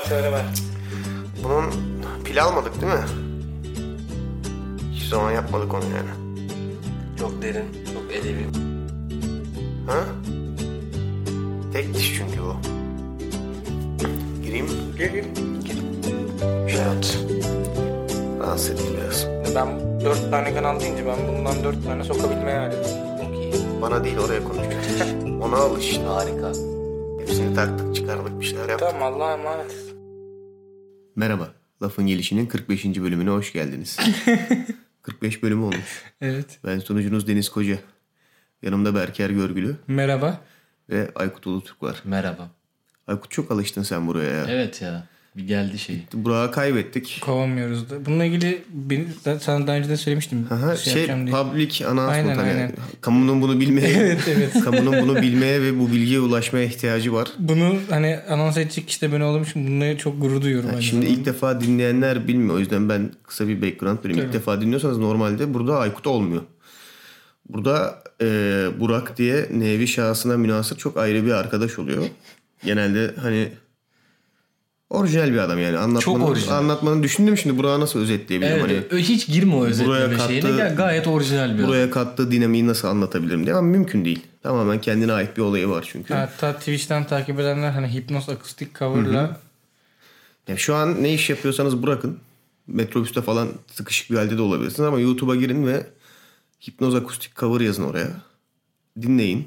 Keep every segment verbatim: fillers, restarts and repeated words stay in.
Söyleme. Bunun pil almadık değil mi? Hiç zaman yapmadık onu yani. Çok derin, çok edebi. Ha? Tek diş çünkü bu. Gireyim. Gir gir. Gir. Evet. Rahatsız etti biraz. Ben dört tane kanal deyince ben bundan dört tane sokabilmeye hayal ediyorum. Çok iyi. Bana değil oraya konuşacağız. Ona al işte. Harika. Hepsini taktık çıkardık bir şeyler yaptık. Tamam, Allah'a emanet. Merhaba. Lafın Gelişi'nin kırk beşinci bölümüne hoş geldiniz. kırk beş bölüm olmuş. Evet. Ben sunucunuz Deniz Koca. Yanımda Berker Görgülü Merhaba. ve Aykut Ulutürk var. Merhaba. Aykut çok alıştın sen buraya ya. Evet ya. Bir geldi şey. Burak'ı kaybettik. Kovamıyoruz da. Bununla ilgili beni, sana daha önce de söylemiştim. Aha, şey, şey şey public announcement. Aynen, hani aynen. Kamunun bunu bilmeye, Evet, evet. kamunun bunu bilmeye ve bu bilgiye ulaşmaya ihtiyacı var. Bunu hani anons edecek işte ben olduğum için bununla çok gurur duyuyorum. Yani şimdi ilk defa dinleyenler bilmiyor. O yüzden ben kısa bir background vereyim. İlk Tabii. defa dinliyorsanız normalde burada Aykut olmuyor. Burada e, Burak diye nevi şahsına münasır çok ayrı bir arkadaş oluyor. Genelde hani orijinal bir adam yani. Anlatmanı, Çok orijinal. Anlatmanı düşündüm şimdi Burak'ı nasıl özetleyebilirim? Evet, Hani hiç girme o buraya özetleme kattığı- şeyine. Gay- Gayet orijinal bir buraya adam. kattığı dinamiği nasıl anlatabilirim diye ama mümkün değil. Tamamen kendine ait bir olayı var çünkü. Hatta Twitch'ten takip edenler hani hipnoz akustik cover'la Yani şu an ne iş yapıyorsanız bırakın. Metrobüste falan sıkışık bir halde de olabilirsiniz ama YouTube'a girin ve hipnoz akustik cover yazın oraya. Dinleyin.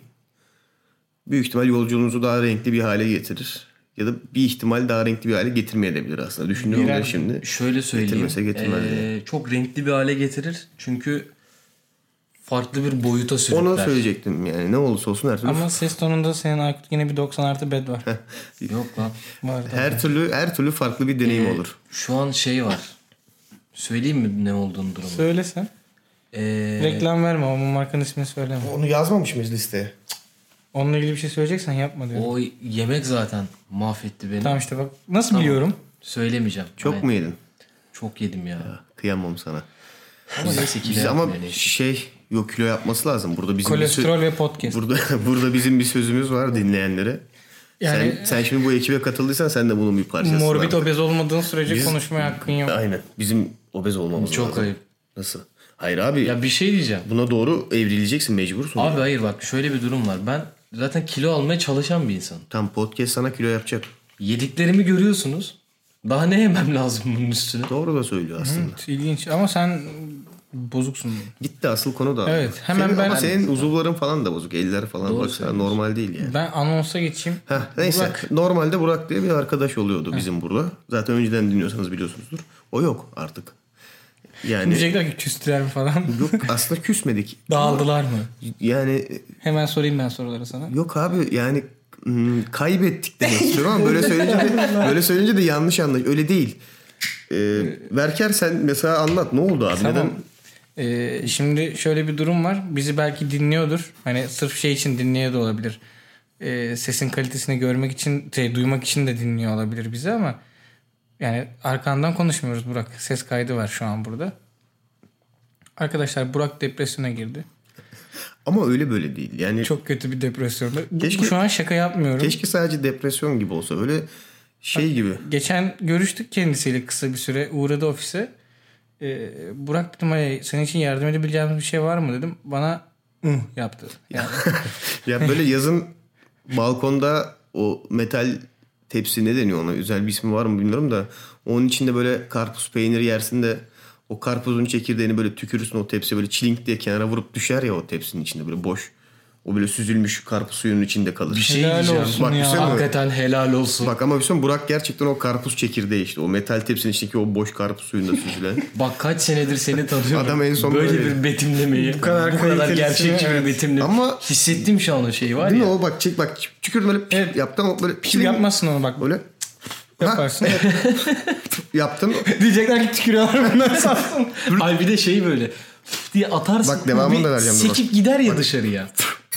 Büyük ihtimal yolculuğunuzu daha renkli bir hale getirir. Ya da bir ihtimal daha renkli bir hale getirmeyebilir aslında. Düşünüyorum Birer- ben şimdi. Şöyle söyleyeyim. Getirmese getirmez ee, diye. çok renkli bir hale getirir. Çünkü farklı bir boyuta sürükler. Onu söyleyecektim yani. Ne olursa olsun her türlü. ama ses tonunda senin Aykut yine bir doksan artı bed var. Yok lan. var da. her türlü her türlü farklı bir deneyim Ee, olur. Şu an şey var. Söyleyeyim mi ne olduğunu durumu? Söylesen. Ee, Reklam verme ama markanın ismini söyleme. Onu yazmamış mıyız listeye? Onunla ilgili bir şey söyleyeceksen yapma diyorum. o yemek zaten mahvetti beni. Tamam işte bak. Nasıl Tamam. biliyorum? Söylemeyeceğim. Çok Aynen. mu yedin? Çok yedim ya. Kıyamam sana. Ama neyse ki Biz ama şey yok kilo yapması lazım. Burada bizim bir Kolesterol sö- ve podcast. burada burada bizim bir sözümüz var dinleyenlere. Yani- sen sen şimdi bu ekibe katıldıysan sen de bunun bir parçasısın. Morbid artık. obez olmadığın sürece Biz- konuşmaya hakkın yok. Aynen. Bizim obez olmamız Çok lazım. ayıp. Nasıl? Hayır abi. Ya bir şey diyeceğim. Buna doğru evrileceksin mecbursun. Abi hayır bak şöyle bir durum var. Ben zaten kilo almaya çalışan bir insanım. Tam podcast sana kilo yapacak. Yediklerimi görüyorsunuz. Daha ne yemem lazım bunun üstüne? Doğru da söylüyor aslında. Evet, İlginç ama sen bozuksun. Gitti asıl konu da. Evet, hemen senin, ben- ama senin uzuvların falan da bozuk. Eller falan Doğru baksana söylüyorsun. normal değil yani. Ben anonsa geçeyim. Heh, neyse. Burak, Normalde Burak diye bir arkadaş oluyordu bizim burada. Zaten önceden dinliyorsanız biliyorsunuzdur. O yok artık. Yani diyecekler ki küstüler mi falan. yok aslında küsmedik. Dağıldılar mı? Yani Hemen sorayım ben soruları sana. yok abi yani hmm, kaybettik demek istiyorum ama böyle söyleyince de, böyle söyleyince de yanlış anlaş. Öyle değil. Ee, Berker sen mesela anlat ne oldu abi? Tamam. Neden? Ee, şimdi şöyle bir durum var. Bizi belki dinliyordur. Hani sırf şey için dinliyor da olabilir. Ee, sesin kalitesini görmek için, şey, duymak için de dinliyor olabilir bizi ama yani arkandan konuşmuyoruz Burak. Ses kaydı var şu an burada. Arkadaşlar Burak depresyona girdi. Ama öyle böyle değil. Yani Çok kötü bir depresyonda. Bu- Keşke- Şu an şaka yapmıyorum. keşke sadece depresyon gibi olsa. Böyle şey gibi. Geçen görüştük kendisiyle kısa bir süre. Uğradı ofise. Ee, Burak dedim hani senin için yardım edebileceğimiz bir şey var mı dedim. Bana ıh yaptı. Yani Ya böyle yazın balkonda o metal tepsi ne deniyor ona? Özel bir ismi var mı bilmiyorum da onun içinde böyle karpuz peyniri yersin de o karpuzun çekirdeğini böyle tükürürsün o tepsi böyle çilink diye kenara vurup düşer ya o tepsinin içinde böyle boş. O böyle süzülmüş karpuz suyunun içinde kalır. Bir şey Helal diyeceğim. olsun Bak, ya. bir şey mi? Hakikaten helal olsun. Bak ama bir şey Burak gerçekten o karpuz çekirdeği işte. O metal tepsinin içindeki o boş karpuz suyunda süzülen. Bak kaç senedir seni tanıyorum. Adam en son böyle böyle. bir betimlemeyi. Bu kadar bu kadar kaliteli gerçekçi evet. bir betimleme. Ama- hissettim şu an o şeyi var Değil ya. mi o bak çek bak tükürdüm böyle Evet. yaptım o böyle Şimdi yapmazsın onu bak. böyle Yaparsın. Ha, evet. Yaptın. Diyecekler ki tükürüyorlar bundan sattım. Ay bir de şey böyle diye atarsın. Bak, devamını bir da vereceğim dur bak. sekip gider ya dışarıya.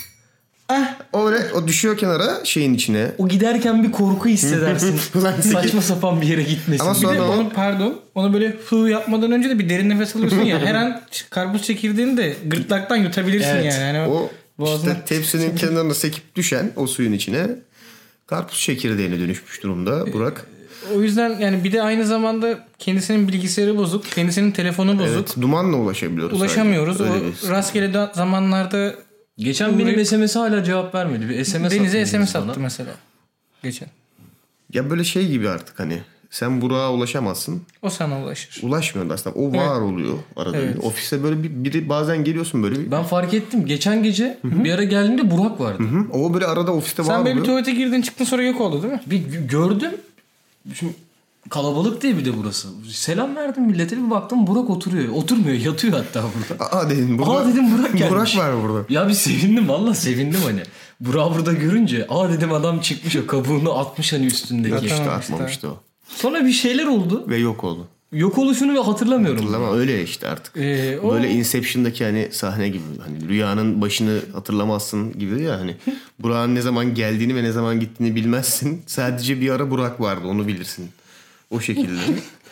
O öyle o düşüyor kenara şeyin içine. O giderken bir korku hissedersin. Ulan sekip- Saçma sapan bir yere gitmesin. Ama Bir sonra de o- onu pardon. Onu böyle hı yapmadan önce de bir derin nefes alıyorsun ya. Her an karpuz çekirdeğini de gırtlaktan yutabilirsin Evet. yani. yani O boğazına- işte tepsinin kenarına sekip düşen o suyun içine karpuz çekirdeğine dönüşmüş durumda Burak. O yüzden yani bir de aynı zamanda kendisinin bilgisayarı bozuk. Kendisinin telefonu bozuk. Evet, dumanla ulaşabiliyoruz. Ulaşamıyoruz. sadece. O Öyle bir- rastgele da- zamanlarda Geçen benim S M S'e hala cevap vermedi. Bir S M S Deniz'e attı S M S Deniz bana. attı mesela. Geçen. Ya böyle şey gibi artık hani sen Burak'a ulaşamazsın. O sana ulaşır. Ulaşmıyor da aslında. O var oluyor arada. Evet. bir. Ofiste böyle bir, biri bazen geliyorsun böyle bir. Ben fark ettim. Geçen gece bir ara geldiğimde Burak vardı. Hı, o böyle arada ofiste var Sen böyle bir oluyor. tuvalete girdin çıktın sonra yok oldu değil mi? Bir gö- gördüm. Şimdi kalabalık değil bir de burası. Selam verdim millete, bir baktım Burak oturuyor. Oturmuyor, yatıyor hatta burada. Aa dedim burada. Aa dedim Burak gelmiş. Burak var burada. Ya bir sevindim, valla sevindim hani. Burak'ı burada görünce aa dedim adam çıkmış, o kabuğunu atmış hani üstündeki. Atmıştı Atamamıştı. atmamıştı o. Sonra bir şeyler oldu. Ve yok oldu. Yok oluşunu ve hatırlamıyorum. Ama öyle işte artık. Ee, o- Böyle Inception'daki hani sahne gibi. Hani rüyanın başını hatırlamazsın gibi ya hani. Burak'ın ne zaman geldiğini ve ne zaman gittiğini bilmezsin. Sadece bir ara Burak vardı, onu bilirsin. O şekilde.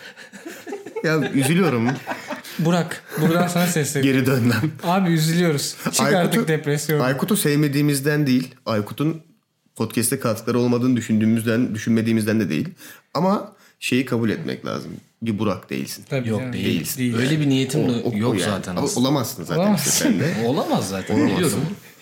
Ya üzülüyorum. Burak buradan sana sesleniyorum. Geri dönmem. Abi üzülüyoruz. Çık artık depresyon. Aykut'u sevmediğimizden değil. Aykut'un podcast'te katkıları olmadığını düşündüğümüzden, düşünmediğimizden de değil. Ama şeyi kabul etmek lazım. Bir Burak değilsin. Tabii Yok canım. değil. Değilsin. Değil. Öyle bir niyetim O- de o- o yok yani. zaten Ama aslında. Olamazsın zaten Olamazsın. işte sen de. Olamaz zaten, Olamazsın. biliyorum.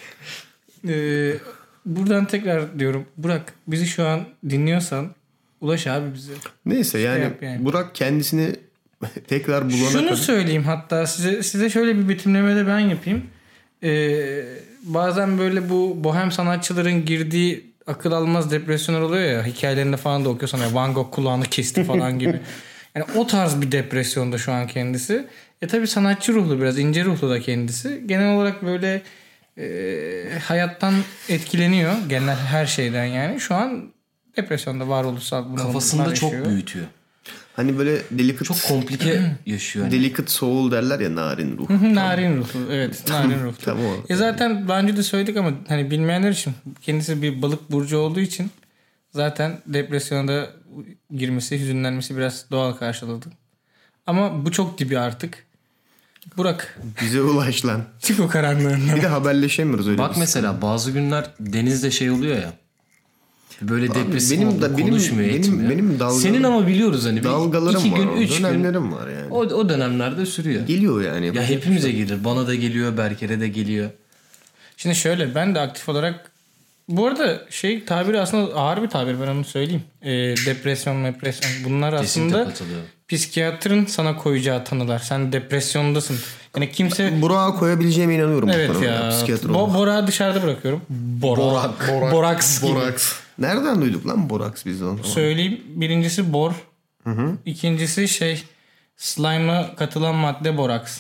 Ee, buradan tekrar diyorum. Burak bizi şu an dinliyorsan ulaş abi bize. Neyse yani, yap yani. Burak kendisini tekrar bulana Şunu kadar. söyleyeyim hatta size size şöyle bir betimleme de ben yapayım. Ee, bazen böyle bu bohem sanatçıların girdiği akıl almaz depresyonlar oluyor ya, hikayelerinde falan da okuyorsun ya, Van Gogh kulağını kesti falan gibi. Yani o tarz bir depresyonda şu an kendisi. E tabii sanatçı ruhlu, biraz ince ruhlu da kendisi. Genel olarak böyle e, hayattan etkileniyor. Genel her şeyden yani. Şu an depresyonda, varoluşsal bunalımlar Kafasında çok yaşıyor. büyütüyor. Hani böyle delicate, Çok komplike yaşıyor. Hani. delicate soul derler ya, narin ruh. Narin ruhlu. Evet, narin ruhlu. Tamam. E zaten daha önce de söyledik ama hani bilmeyenler için, kendisi bir balık burcu olduğu için zaten depresyona girmesi, hüzünlenmesi biraz doğal karşıladı. Ama bu çok dibi artık. Burak, Bize ulaş lan. çık o karanlığından. Bir de haberleşemiyoruz öyle. Bak bir- mesela bazı günler denizde şey oluyor ya. Böyle depresif benim oldu, da- benim- konuşmuyor, benim- etmiyor. benim dalga- Senin ama biliyoruz hani. bir dalgalarım iki var. gün, orada, üç gün. dönemlerim var yani. O, o dönemlerde sürüyor. Geliyor yani. Ya hepimize gelir. Bana da geliyor, Berker'e de geliyor. Şimdi şöyle, ben de aktif olarak, bu arada şey tabiri aslında ağır bir tabir, ben onu söyleyeyim. E, depresyon, depresyon bunlar Kesinlikle aslında katılıyorum. psikiyatrın sana koyacağı tanılar. Sen depresyondasın. Yani kimse... Burak'a koyabileceğime inanıyorum. bu Evet konuda, ya. psikiyatr Bo- olarak. Borak'ı dışarıda bırakıyorum. Borak. Borak. Boraks gibi. Boraks. Nereden duyduk lan Boraks biz onu? Söyleyeyim. Birincisi bor. İkincisi şey, slime'a katılan madde boraks.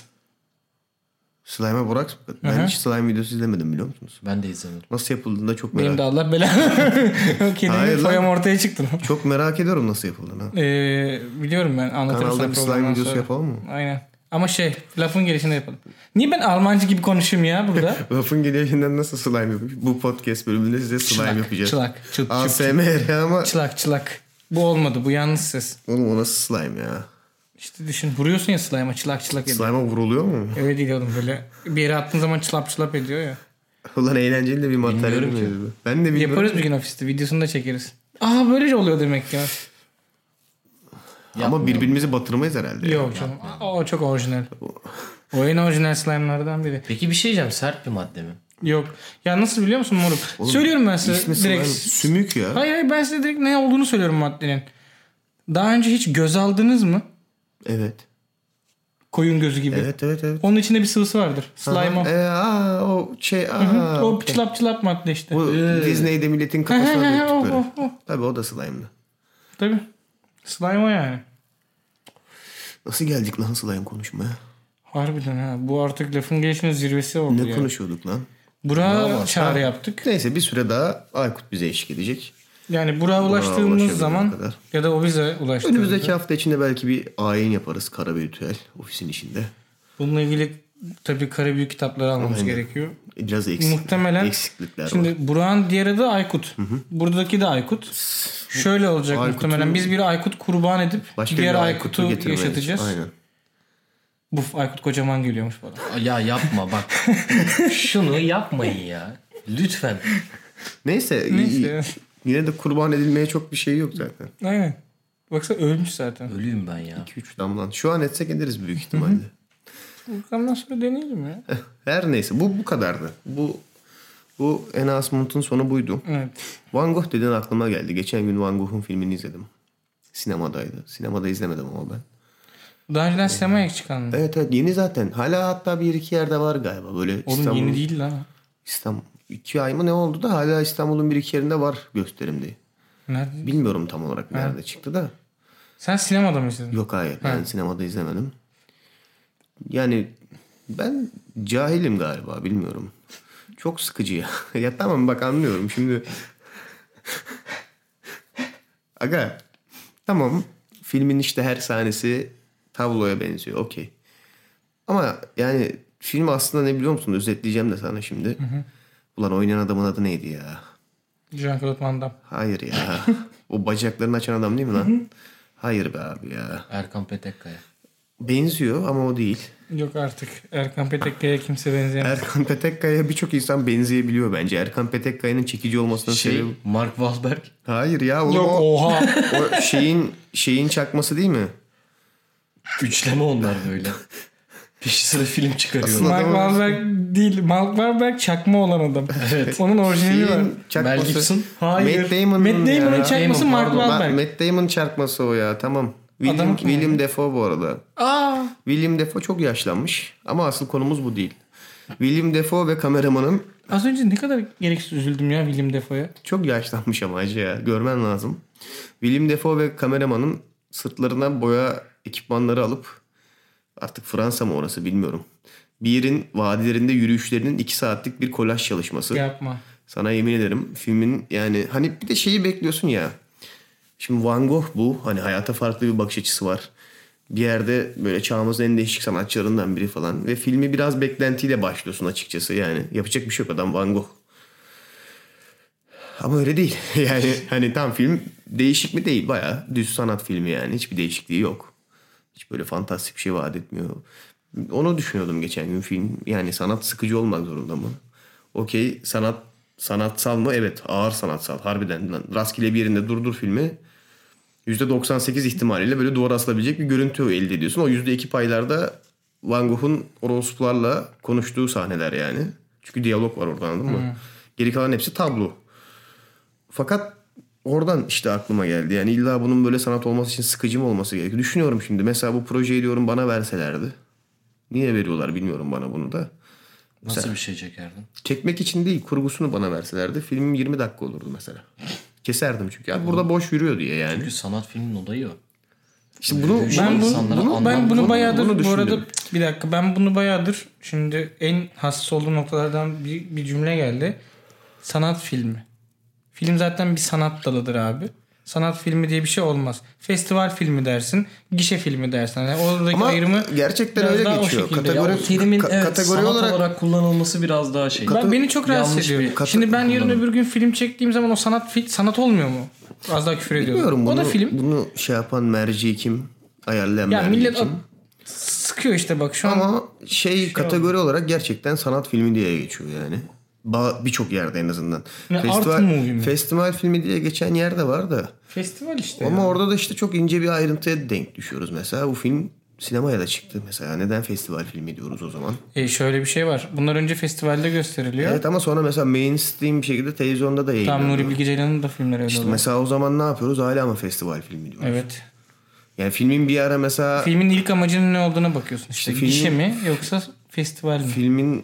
Slime'a Boraks mı? Ben Hı hı. hiç slime videosu izlemedim, biliyor musunuz? Ben de izlemedim. Nasıl yapıldığını da çok merak Benim de Allah belanı. Hayır Kendimi lan. foyam ortaya çıktı. Çok merak ediyorum nasıl yapıldığını. Ee, biliyorum ben, anlatırım Kanalda sana bir slime programdan videosu sonra. yapalım mı? Aynen. Ama şey, lafın gelişinde yapalım. Niye ben Almancı gibi konuşayım ya burada? Lafın gelişinden nasıl slime yapıyoruz? Bu podcast bölümünde size slime yapacağız. Çılak. Çıt, çıt, A S M R ama çılak çılak. Bu olmadı. Bu yalnız ses. oğlum o nasıl slime ya? İşte düşün. Vuruyorsun ya slime'a, çılak çılak ediyor. Slime'a vuruluyor mu? Öyle değil oğlum, böyle bir yere attığın zaman çılap çılap ediyor ya. Ulan eğlenceli de bir materyal Bilmiyorum ki. miydi? Ben de bilmiyorum. Yaparız bir gün ofiste. Videosunu da çekeriz. Aa böyle oluyor demek ya. Ama birbirimizi batırmayız herhalde. Yok canım. O çok orijinal. O en orijinal slime'lardan biri. Peki bir şey diyeceğim. Sert bir madde mi? Yok. Ya nasıl biliyor musun moruk? Söylüyorum ben size İsmi direkt. slime. Sümük ya. Hayır hayır, ben size direkt ne olduğunu söylüyorum maddenin. Daha önce hiç göz aldınız mı? Evet. Koyun gözü gibi. Evet evet evet. Onun içinde bir sıvısı vardır. Slime o. E, aa, o şey aa, Hı, o okey. çılap çılap madde işte. Bu Disney'de milletin kafasına o, döktükleri. o, o. Tabii o da slime'dı. Tabii. Slime o yani. Nasıl geldik lan slime konuşmaya? Harbiden ha. Bu artık lafın gelişinin zirvesi oldu Ne ya. konuşuyorduk lan? Burak'a çağrı yaptık. Neyse bir süre daha Aykut bize eşlik edecek. Yani Burak'a ulaştığımız ulaşabildiğine zaman kadar. ya da o bize ulaştığında. Önümüzdeki hafta içinde belki bir ayin yaparız. Kara bir ritüel ofisin içinde. Bununla ilgili tabii kara büyük kitapları almamız Aynen. gerekiyor. Biraz eksik, Muhtemelen eksiklikler şimdi var. Burak'ın diğer adı Aykut. Buradaki de Aykut. Şöyle olacak Aykut'u- muhtemelen. Biz bir Aykut kurban edip Başka diğer bir Aykut'u getirmeye- yaşatacağız. Aynen. Buf, Aykut kocaman geliyormuş falan. Ya yapma bak. Şunu yapmayın ya. Lütfen. Neyse, Neyse. y- yine de kurban edilmeye çok bir şey yok zaten. Aynen. Baksana ölmüş zaten. Ölüyüm ben ya. iki üç damlan. Şu an etsek ederiz büyük ihtimalle. Furkan'dan sonra deneyelim ya. Her neyse bu bu kadardı. Bu bu Enhancement sonu buydu. Evet. Van Gogh dedin aklıma geldi. Geçen gün Van Gogh'un filmini izledim. Sinemadaydı. Sinemada izlemedim ama ben. Daha önceden sinemaya çıkan mı? Evet evet yeni zaten. Hala hatta bir iki yerde var galiba. Böyle Oğlum İstanbul, yeni değil lan. İstanbul. iki ay mı ne oldu da hala İstanbul'un bir iki yerinde var gösterimde. Nerede? Bilmiyorum tam olarak nerede çıktı da. Sen sinemada mı izledin? Yok hayır ben sinemada izlemedim. Yani ben cahilim galiba bilmiyorum. Çok sıkıcı ya. Ya tamam bak anlıyorum şimdi. Aga tamam filmin işte her sahnesi tabloya benziyor okey. Ama yani film aslında ne biliyor musun? Özetleyeceğim de sana şimdi. Hı hı. Ulan oynayan adamın adı neydi ya? Jean-Claude Van Damme. Hayır ya. O bacaklarını açan adam değil mi lan? Hayır be abi ya. Erkan Petekkaya. Benziyor ama o değil. Yok artık. Erkan Petekkaya kimse benzeyemez. Erkan Petekkaya'ya birçok insan benzeyebiliyor bence. Erkan Petekkaya'nın çekici olmasının Şey, sebebi... Mark Wahlberg. Hayır ya. Oğlum Yok o, oha. o şeyin şeyin çakması değil mi? Üçleme onlar böyle. Peşi sıra film çıkarıyor. Aslında- Mark Wahlberg değil. Mark Wahlberg çakma olan adam. Evet. Onun orijinali var. Şeyin çakması. Mel Gibson. Hayır. Matt Damon'ın Matt Damon'ın ya. çakması Damon, Mark pardon. Bak, Wahlberg. Matt Damon'ın çarpması o ya tamam. William, Adam kim William ya? Dafoe bu arada. Aa. William Dafoe çok yaşlanmış ama asıl konumuz bu değil. William Dafoe ve kameramanın Az önce ne kadar gereksiz üzüldüm ya Willem Dafoe'ya. çok yaşlanmış ama acı ya. Görmen lazım. William Dafoe ve kameramanın sırtlarına boya ekipmanları alıp artık Fransa mı orası bilmiyorum. Bir yerin vadilerinde yürüyüşlerinin iki saatlik bir kolaj çalışması. Yapma. Sana yemin ederim filmin yani hani bir de şeyi bekliyorsun ya. Şimdi Van Gogh bu. Hani hayata farklı bir bakış açısı var. Bir yerde böyle çağımızın en değişik sanatçılarından biri falan. Ve filmi biraz beklentiyle başlıyorsun açıkçası yani. Yapacak bir şey yok adam Van Gogh. Ama öyle değil. Yani hani tam film değişik mi değil. Bayağı düz sanat filmi yani. Hiçbir değişikliği yok. Hiç böyle fantastik bir şey vaat etmiyor. Onu düşünüyordum geçen gün film. Yani sanat sıkıcı olmak zorunda mı? Okey sanat sanatsal mı? Evet ağır sanatsal. Harbiden lan, rastgele bir yerinde durdur filmi. yüzde doksan sekiz ihtimaliyle böyle duvara asılabilecek bir görüntü elde ediyorsun. O yüzde iki paylarda Van Gogh'un orospularla konuştuğu sahneler yani. Çünkü diyalog var orada anladın mı? Hmm. Geri kalan hepsi tablo. Fakat oradan işte aklıma geldi. Yani illa bunun böyle sanat olması için sıkıcı mı olması gerekiyor? Düşünüyorum şimdi. Mesela bu projeyi diyorum bana verselerdi. Niye veriyorlar bilmiyorum bana bunu da. Nasıl Mesela, bir şey çekerdin? çekmek için değil kurgusunu bana verselerdi. Filmim yirmi dakika olurdu mesela. Keserdim çünkü. Ya burada boş yürüyor diye yani. Çünkü sanat filmin olayı o. İşte bunu, Ben bunu, insanlara bunu, ben anlam- bunu bunu- bayağıdır bunu bu arada düşündüm. bir dakika ben bunu bayağıdır şimdi en hassas olduğum noktalardan bir, bir cümle geldi. Sanat filmi. Film zaten bir sanat dalıdır abi. Sanat filmi diye bir şey olmaz. Festival filmi dersin, gişe filmi dersin. Yani oradaki ama ayrımı gerçekten biraz öyle daha o geçiyor. şekilde. Kategori, Ya o terimin ka- evet, kategori sanat olarak, olarak kullanılması biraz daha şey. Ben beni çok rahatsız yanlış ediyor. bir- Katı- Şimdi ben yarın kullanım. öbür gün film çektiğim zaman o sanat fi- sanat olmuyor mu? Az daha küfür ediyorum. bilmiyorum O bunu, da film. bunu şey yapan merci kim? Ayarlayan Ya merci millet kim? sıkıyor işte bak şu an. Ama şey kategori olarak gerçekten sanat filmi diye geçiyor yani. Ba- Birçok yerde en azından. Ne, festival, art movie mi? festival filmi diye geçen yerde var da. Festival işte. Ama ya. orada da işte çok ince bir ayrıntıya denk düşüyoruz. Mesela bu film sinemaya da çıktı mesela. Neden festival filmi diyoruz o zaman? E şöyle bir şey var. Bunlar önce festivalde gösteriliyor. Evet ama sonra mesela mainstream bir şekilde televizyonda da Tam yayınlanıyor. Nuri Bilge Ceylan'ın da filmleri öyle İşte oluyor. mesela o zaman ne yapıyoruz? Hala mı festival filmi diyoruz? Evet. Yani filmin bir ara mesela... Filmin ilk amacının ne olduğuna bakıyorsun işte. İşte filmin- Gişe mi yoksa festival mi? Filmin...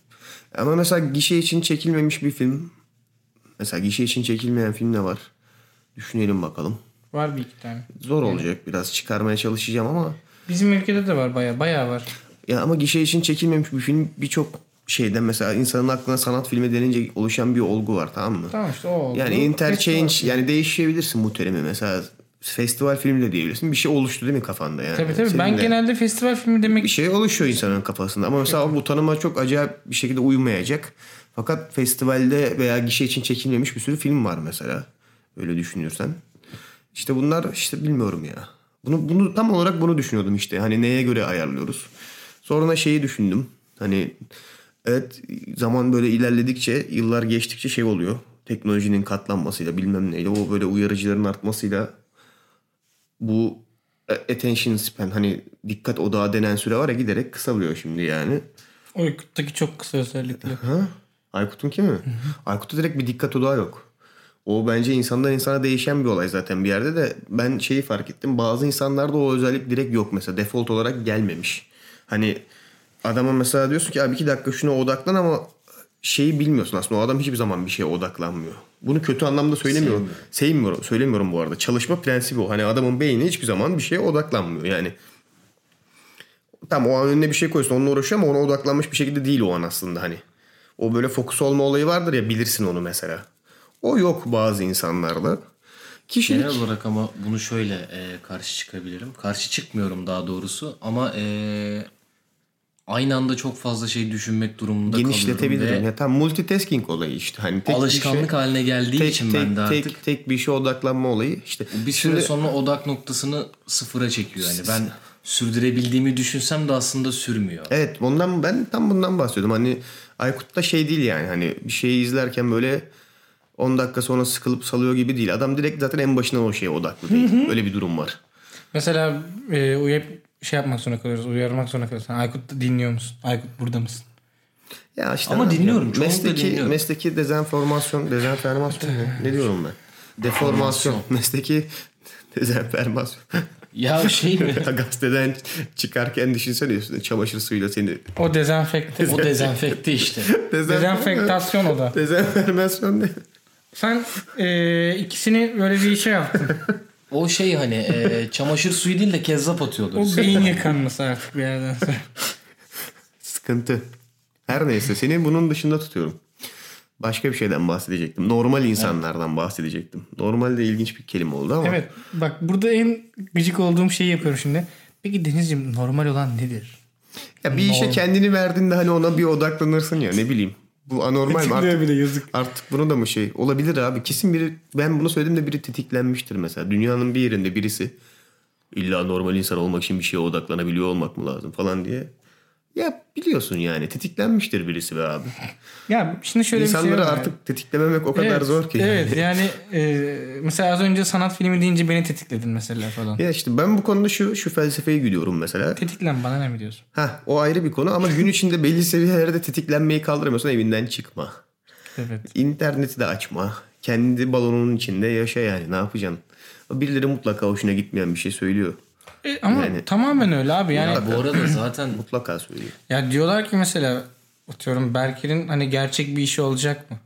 Ama mesela gişe için çekilmemiş bir film. Mesela gişe için çekilmeyen film ne var? Düşünelim bakalım. Var bir iki tane. Zor olacak biraz çıkarmaya çalışacağım ama... Bizim ülkede de var baya baya var. Ya ama gişe için çekilmemiş bir film birçok şeyden mesela insanın aklına sanat filmi denince oluşan bir olgu var tamam mı? Tamam işte o oldu. Yani interchange Festival. yani değişebilirsin bu terimi mesela festival filmi de diyebilirsin. Bir şey oluştu değil mi kafanda yani? Tabii tabii. Senin Ben de genelde festival filmi demek... bir şey oluşuyor insanın kafasında ama mesela bu tanıma çok acayip bir şekilde uymayacak. Fakat festivalde veya gişe için çekilmemiş bir sürü film var mesela. Öyle düşünürsen. İşte bunlar işte bilmiyorum ya. Bunu bunu tam olarak bunu düşünüyordum işte. Hani neye göre ayarlıyoruz? Sonra şeyi düşündüm. Hani evet zaman böyle ilerledikçe, yıllar geçtikçe şey oluyor. Teknolojinin katlanmasıyla bilmem neyle o böyle uyarıcıların artmasıyla bu attention span, hani dikkat odağı denen süre var ya, giderek kısalıyor şimdi yani. Aykut'taki çok kısa özellikle. Ha? Aykut'un kimi? Aykut'ta direkt bir dikkat odağı yok. O bence insandan insana değişen bir olay zaten bir yerde de. Ben şeyi fark ettim. Bazı insanlarda o özellik direkt yok mesela. Default olarak gelmemiş. Hani adama mesela diyorsun ki abi iki dakika şuna odaklan ama şeyi bilmiyorsun aslında. O adam hiçbir zaman bir şeye odaklanmıyor. Bunu kötü anlamda söylemiyorum. Sevmiyorum. Sevmiyorum. Söylemiyorum bu arada. Çalışma prensibi o. Hani adamın beyni hiçbir zaman bir şeye odaklanmıyor. Yani tamam, o an önüne bir şey koysun onunla uğraşıyor ama ona odaklanmış bir şekilde değil o an aslında hani. O böyle fokus olma olayı vardır ya, bilirsin onu mesela. O yok bazı insanlarda. Kişilik... Genel olarak ama bunu şöyle e, karşı çıkabilirim. Karşı çıkmıyorum daha doğrusu ama e, aynı anda çok fazla şey düşünmek durumunda kalıyorum. Genişletebilirim. Ya tam multitasking olayı işte. Hani tek alışkanlık bir şey, haline geldiği tek, için tek, ben de tek, artık. Tek bir işe odaklanma olayı işte. Bir süre Şimdi... sonra odak noktasını sıfıra çekiyor. Yani ben sürdürebildiğimi düşünsem de aslında sürmüyor. Evet, bundan ben tam bundan bahsediyordum. Hani Aykut'ta şey değil yani, hani bir şeyi izlerken böyle on dakika sonra sıkılıp salıyor gibi değil. Adam direkt zaten en başına o şeye odaklı değil. Hı hı. Öyle bir durum var. Mesela e, uyup şey yapmak zorunda kalıyoruz. Uyarmak zorunda kalıyoruz. Aykut dinliyor musun? Aykut burada mısın? Ya işte ama dinliyorum. Mesleki, dinliyorum. Mesleki dezenformasyon. Dezenformasyon ne? Ne diyorum ben? Deformasyon. Mesleki dezenformasyon. Ya şey mi? Gazeteden çıkarken düşünsene üstüne çamaşır suyuyla seni... O dezenfekte. O dezenfekte işte. Dezenfektasyon o da. Dezenformasyon ne? Sen e, ikisini böyle bir şey yaptın. O şey hani e, çamaşır suyu değil de kezzap atıyordur. O beyin yıkanması artık bir yerden sonra. Sıkıntı. Her neyse, seni bunun dışında tutuyorum. Başka bir şeyden bahsedecektim. Normal insanlardan evet. bahsedecektim. Normal de ilginç bir kelime oldu ama. Evet. Bak burada en gıcık olduğum şeyi yapıyorum şimdi. Peki Denizciğim, normal olan nedir? Ya bir normal. işe kendini verdiğinde hani ona bir odaklanırsın ya, ne bileyim. Bu anormal mi? Artık, bile yazık. Artık bunu da mı şey? Olabilir abi. Kesin biri, ben bunu söylediğimde biri tetiklenmiştir mesela. Dünyanın bir yerinde birisi illa normal insan olmak için bir şeye odaklanabiliyor olmak mı lazım falan diye. Ya biliyorsun yani tetiklenmiştir birisi be abi. Ya şimdi şöyle İnsanları bir şey var. artık yani. Tetiklememek o kadar evet, zor ki. Evet yani e, mesela az önce sanat filmi deyince beni tetikledin mesela falan. Ya işte ben bu konuda şu şu felsefeyi güdüyorum mesela. Tetiklen, bana ne mi diyorsun? Hah, o ayrı bir konu ama gün içinde belli seviyelerde tetiklenmeyi kaldıramıyorsan evinden çıkma. Evet. İnterneti de açma. Kendi balonunun içinde yaşa yani, ne yapacaksın? Birileri mutlaka hoşuna gitmeyen bir şey söylüyor. E, ama yani, tamamen öyle abi. Yani ya bu arada zaten mutlaka söylüyor. Ya diyorlar ki mesela atıyorum Berker'in hani gerçek bir işi olacak mı?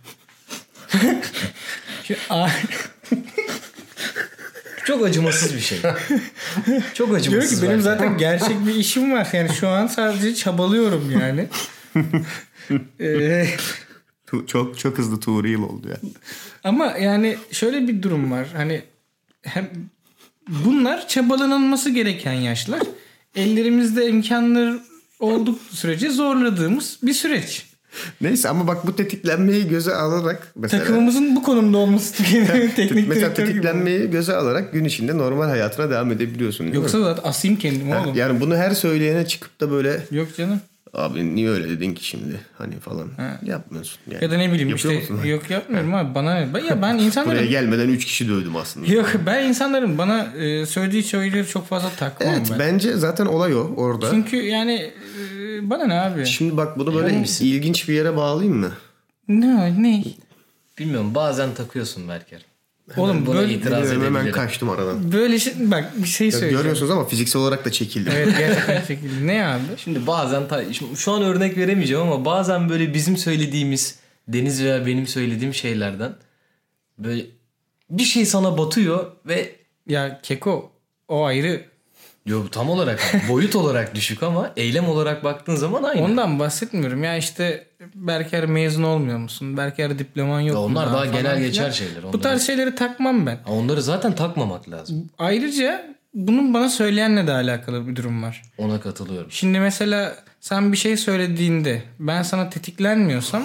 Çok acımasız bir şey. Çok acımasız. Diyor ki benim zaten gerçek bir işim var. Yani şu an sadece çabalıyorum yani. ee, çok çok hızlı too real oldu ya. Ama yani şöyle bir durum var. Hani hem bunlar çabalanılması gereken yaşlar. Ellerimizde imkanlar olduk sürece zorladığımız bir süreç. Neyse ama bak bu tetiklenmeyi göze alarak mesela... Takımımızın bu konumda olması teknik mesela tetiklenmeyi gibi. Göze alarak gün içinde normal hayatına devam edebiliyorsun. Yoksa zaten asayım kendimi ha, oğlum. Yani bunu her söyleyene çıkıp da böyle... Yok canım. Abi niye öyle dedin ki şimdi hani falan ha. Yapmıyorsun. Yani. Ya da ne bileyim Yapıyor işte musun? Yok yapmıyorum abi bana ne? Ya ben insanların... Buraya gelmeden üç kişi dövdüm aslında. Yok ben insanların bana e, söylediği şeyleri çok fazla takmam evet, ben. Bence zaten olay o orada. Çünkü yani e, bana ne abi? Şimdi bak bunu böyle yani ilginç bir yere bağlayayım mı? Ne? Ne? Bilmiyorum, bazen takıyorsun Berker. Oğlum buna böyle itiraz edebilirim. Hemen kaçtım aradan. Böyle şey, bak bir şey söyleyeceğim. Görüyorsunuz ama fiziksel olarak da çekildim. Evet gerçekten çekildim. Ne abi? Şimdi bazen ta, şimdi şu an örnek veremeyeceğim ama bazen böyle bizim söylediğimiz, Deniz veya benim söylediğim şeylerden böyle bir şey sana batıyor ve ya Keko o ayrı. Yok tam olarak boyut olarak düşük ama eylem olarak baktığın zaman aynı. Ondan bahsetmiyorum. Ya işte Berker mezun olmuyor musun? Berker diploman yok ya mu? Onlar daha, daha genel geçer falan. şeyler. Onları. Bu tarz şeyleri takmam ben. Onları zaten takmamak lazım. Ayrıca bunun bana söyleyenle de alakalı bir durum var. Ona katılıyorum. Şimdi mesela sen bir şey söylediğinde ben sana tetiklenmiyorsam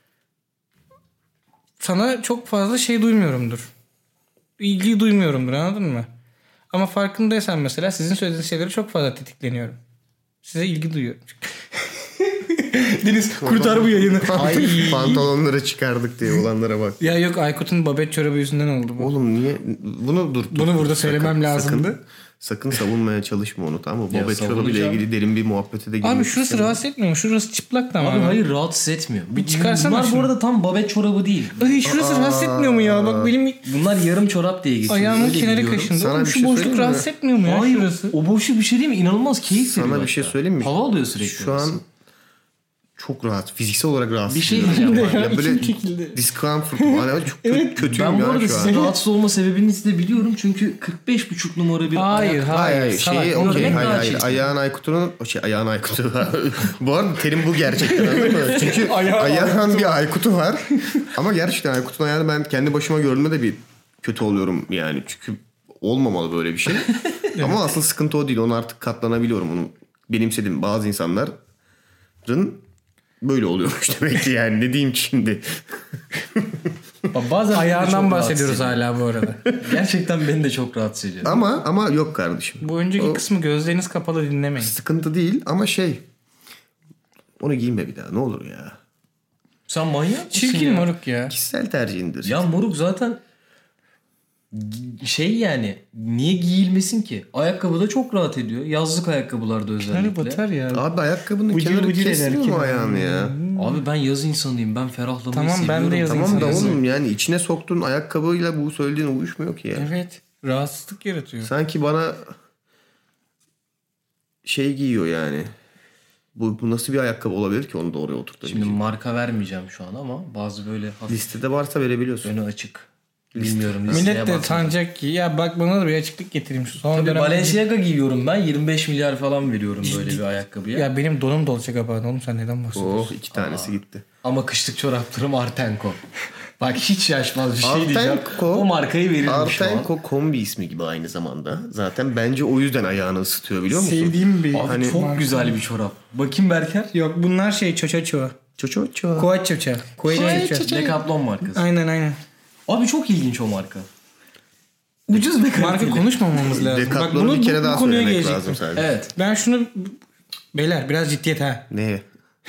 sana çok fazla şey duymuyorumdur. İlgi duymuyorumdur, anladın mı? Ama farkındaysan mesela sizin söylediğiniz şeyleri çok fazla tetikleniyorum. Size ilgi duyuyorum. Deniz kurtar bu yayını. Ay. Pantolonları çıkardık diye olanlara bak. Ya yok, Aykut'un babet çorabı yüzünden oldu bu. Oğlum niye? Bunu dur. dur. Bunu burada söylemem sakın, lazımdı. Sakın, sakın savunmaya çalışma onu, tamam mı? Ya Babet çorabı ile savunacağım. ilgili derin bir muhabbete de girmek Abi şurası istemiyorum. rahatsız etmiyor mu? Şurası çıplak da ama. Abi hayır, rahatsız etmiyor. Bir çıkarsana Bunlar şunu. bu arada tam babet çorabı değil. Ay şurası rahatsız etmiyor mu ya? Bak benim Bunlar yarım çorap diye geçiyor. ayağımın Öyle kenarı biliyorum. kaşındı. Sana Oğlum bir şu şey boşluk söyleyeyim mi? rahatsız etmiyor mu ya Hayır, şurası? o boşluk bir şey değil mi? İnanılmaz keyif veriyor. Sana bir şey hatta. söyleyeyim mi? Hava alıyor sürekli. Şu an çok rahat. Fiziksel olarak rahatsız. Bir şey ediyorum. diyeceğim. Ya böyle İçim çekildi. discomfort. Hani çok evet. kötüyüm Ben bu ya arada şu an. sizin rahatsız olma sebebinizi de biliyorum. Çünkü kırk beş buçuk numara bir Hayır ayak- hayır. Hayır, salak. şeyi Onu okey. örnek Hayır, daha hayır. çirkin. Ayağın Aykut'un o şey ayağın Aykut'u. Bu arada terim bu gerçekten, anladın mı? Çünkü Ayağın ayağın bir Aykut'u var. Ama gerçekten Aykut'un ayağını ben kendi başıma gördüğümde de bir kötü oluyorum yani. Çünkü olmamalı böyle bir şey. Ama asıl sıkıntı o değil. Onu artık katlanabiliyorum. Onu benimsedim. Bazı insanların böyle oluyormuş demek ki yani. Ne diyeyim ki şimdi? Bazen beni de çok Ayağından rahatsız bahsediyoruz ediyor. hala bu arada. Gerçekten beni de çok rahatsız ediyor. Ama ama yok kardeşim. Bu önceki O kısmı gözleriniz kapalı dinlemeyin. sıkıntı değil ama şey. Onu giyme bir daha ne olur ya. Sen manyak mısın Çirkin ya? moruk ya. Kişisel tercihindir. Ya moruk zaten gi- şey yani niye giyilmesin ki? Ayakkabı da çok rahat ediyor. Yazlık ayakkabılarda Hani özellikle. batar ya. Abi ayakkabının Ucil kenarı ucil kesmiyor ederken. mu ayağını ya? Abi ben yaz insanıyım. Ben ferahlamayı Tamam, ben seviyorum. de yaz Tamam da insanıyım. oğlum yani içine soktuğun ayakkabıyla bu söylediğin uyuşmuyor ki ya. Evet. Rahatsızlık yaratıyor. Sanki bana şey giyiyor yani. Bu, bu nasıl bir ayakkabı olabilir ki onu da oraya Şimdi oturtabileceğim? marka vermeyeceğim şu an ama bazı böyle hafif Listede varsa verebiliyorsun. önü açık. Bilmiyorum listeye Millet de bakmadım. sanacak ki ya bak bana da bir açıklık getireyim şu son Tabii dönem. Balenciaga giyiyorum ben. yirmi beş milyar falan veriyorum böyle bir ayakkabıya. Ya benim donum da olacak abi. Oğlum sen neden bahsediyorsun? Oh iki tanesi gitti. Ama kışlık çoraplarım Artenko. Bak hiç şaşmaz bir şey diyeceğim. Artenko, O markayı veririm şu an. Artenko kombi ismi gibi aynı zamanda. Zaten bence o yüzden ayağını ısıtıyor biliyor musun? Sevdiğim bir Abi Hani- çok güzel bir çorap. Bakayım Berker. Yok bunlar şey çoça çoğa. Ço ço Kovaç çoça. Kovaç çoça. Decathlon markası. Aynen aynen. Abi çok ilginç o marka. Ucuz ve Marka kaliteli. konuşmamamız lazım. Bak Decathlon'u bunu bir kere bu, daha bu konuya söylemek gelecektim. lazım sadece. Evet. Ben şunu beyler biraz ciddiyet ha. Neye?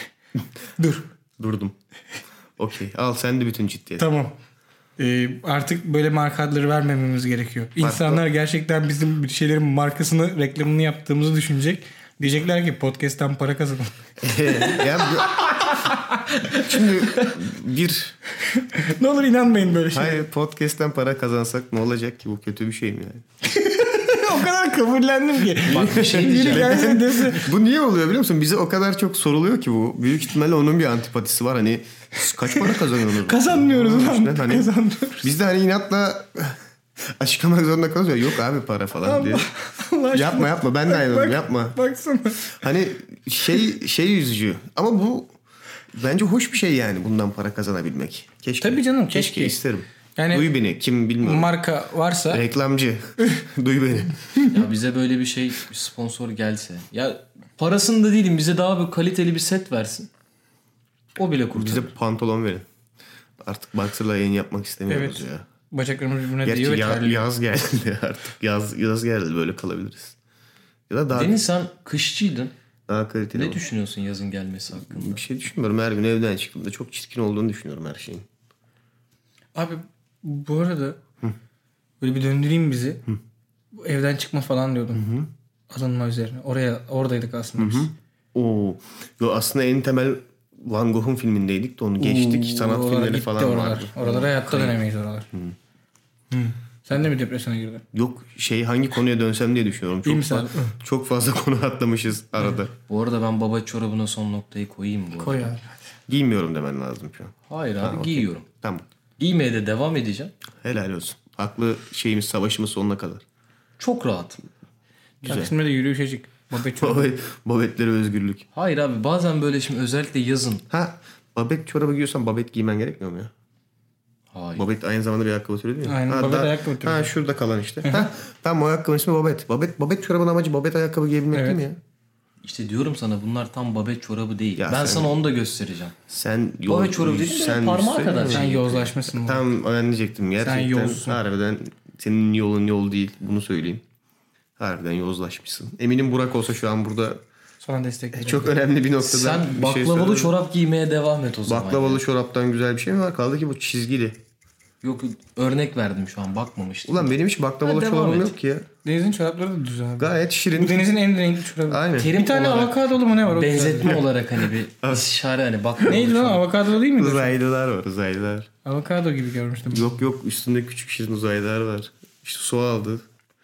Dur. Durdum. Okey. Al sen de bütün ciddiyet. Tamam. Ee, artık böyle marka adları vermememiz gerekiyor. İnsanlar gerçekten bizim bir şeylerin markasını, reklamını yaptığımızı düşünecek. Diyecekler ki podcast'tan para kazanın. ya, bu- Şimdi bir Ne olur inanmayın böyle şey. hayır podcast'ten para kazansak ne olacak ki, bu kötü bir şey mi yani? O kadar kabullendim ki. Bak bir şey Biri diyeceğim. gelse dese. Bu niye oluyor biliyor musun? Bize o kadar çok soruluyor ki bu. Büyük ihtimalle onun bir antipatisi var. Hani siz kaç para kazanıyorsunuz? Kazanmıyoruz lan. İşte hani Kazanmıyoruz. biz de hani inatla açıklamak zorunda kalıyoruz ya. Yok abi para falan diye. Allah aşkına. Yapma yapma, ben de ayrıldım, Bak, yapma. Baksana. Hani şey şey üzücü. Ama bu bence hoş bir şey yani, bundan para kazanabilmek. Keşke. Tabii canım, Keşke, keşke. isterim. Yani- Duy beni, kim bilmiyorum. Marka varsa Reklamcı. Duy beni. Ya bize böyle bir şey bir sponsor gelse. Ya parasını da değilim, bize daha bir kaliteli bir set versin. O bile kurtarır. Bize pantolon verin. Artık boxer'la yayın yapmak istemiyoruz Evet. ya. bacaklarımız birbirine Gerçi değiyor ve ya- terliyor. yaz geldi artık. Yaz yaz geldi, böyle kalabiliriz. Ya da daha Deniz sen kışçıydın. daha kaliteli. Ne olur. düşünüyorsun yazın gelmesi hakkında? Bir şey düşünmüyorum. Her gün evden çıktığımda çok çirkin olduğunu düşünüyorum her şeyin. Abi bu arada böyle bir döndüreyim bizi. Bu evden çıkma falan diyordum. Alınma üzerine. Oraya oradaydık aslında biz. Oo. Yo, aslında en temel Van Gogh'un filmindeydik de onu geçtik. Sanat Oralara filmleri gitti falan oralar. vardı. Oralara hayatta dönemeyiz oralar. Hı. Sen de mi depresyona girdin? Yok şey, hangi konuya dönsem diye düşünüyorum. Çok, İyi misin fa- abi? çok fazla konu atlamışız arada. Bu arada ben baba çorabına son noktayı koyayım bu arada. Koy abi. Giymiyorum demen lazım şu an. Hayır abi okey. giyiyorum. Tamam. Giymeye de devam edeceğim. Helal olsun. Haklı şeyimiz, savaşımız sonuna kadar. Çok rahat. Taksim'de de yürüyüşe çık. Babet çorabı. Babet, babetlere özgürlük. Hayır abi bazen böyle şimdi özellikle yazın. Ha, babet çorabı giyiyorsan babet giymen gerekmiyor mu ya? Hayır. Babet aynı zamanda bir ayakkabı türü değil mi? Aynen, ha, babet da- ayakkabı türü. Ha, şurada kalan işte. ha, tamam, o ayakkabının ismi babet. Babet, babet çorabının amacı babet ayakkabı giyebilmek Evet. değil mi ya? İşte diyorum sana bunlar tam babet çorabı değil. Ya ben sen- sana onu da göstereceğim. Sen yol, Babet çorabı dediğin böyle sen parmağa söyle- kadar. Sen yozlaşmışsın. bu. Tam ben diyecektim. Gerçekten yolsun. harbiden senin yolun yol değil. Bunu söyleyeyim. Harbiden yozlaşmışsın. Eminim Burak olsa şu an burada Sana destek veriyorum. Çok önemli bir noktada. Sen bir şey baklavalı söyledim. çorap giymeye devam et o zaman. Baklavalı ya. çoraptan güzel bir şey mi var? Kaldı ki bu çizgili. Yok örnek verdim şu an bakmamıştım. Ulan benim hiç baklavalı Ha, devam çorabım et. yok ki ya. Deniz'in çorapları da düz abi. Gayet şirin. Bu Deniz'in en renkli çorabı. Aynen. Terim Bir tane olarak, avokadolu mu ne var? O benzetme güzel. olarak hani bir istişare hani baklavalı Neydi lan, çorap. avokadolu değil miydi? Uzaylılar var uzaylılar. Avokado gibi görmüştüm. Yok yok üstünde küçük şirin uzaylılar var. İşte su aldı.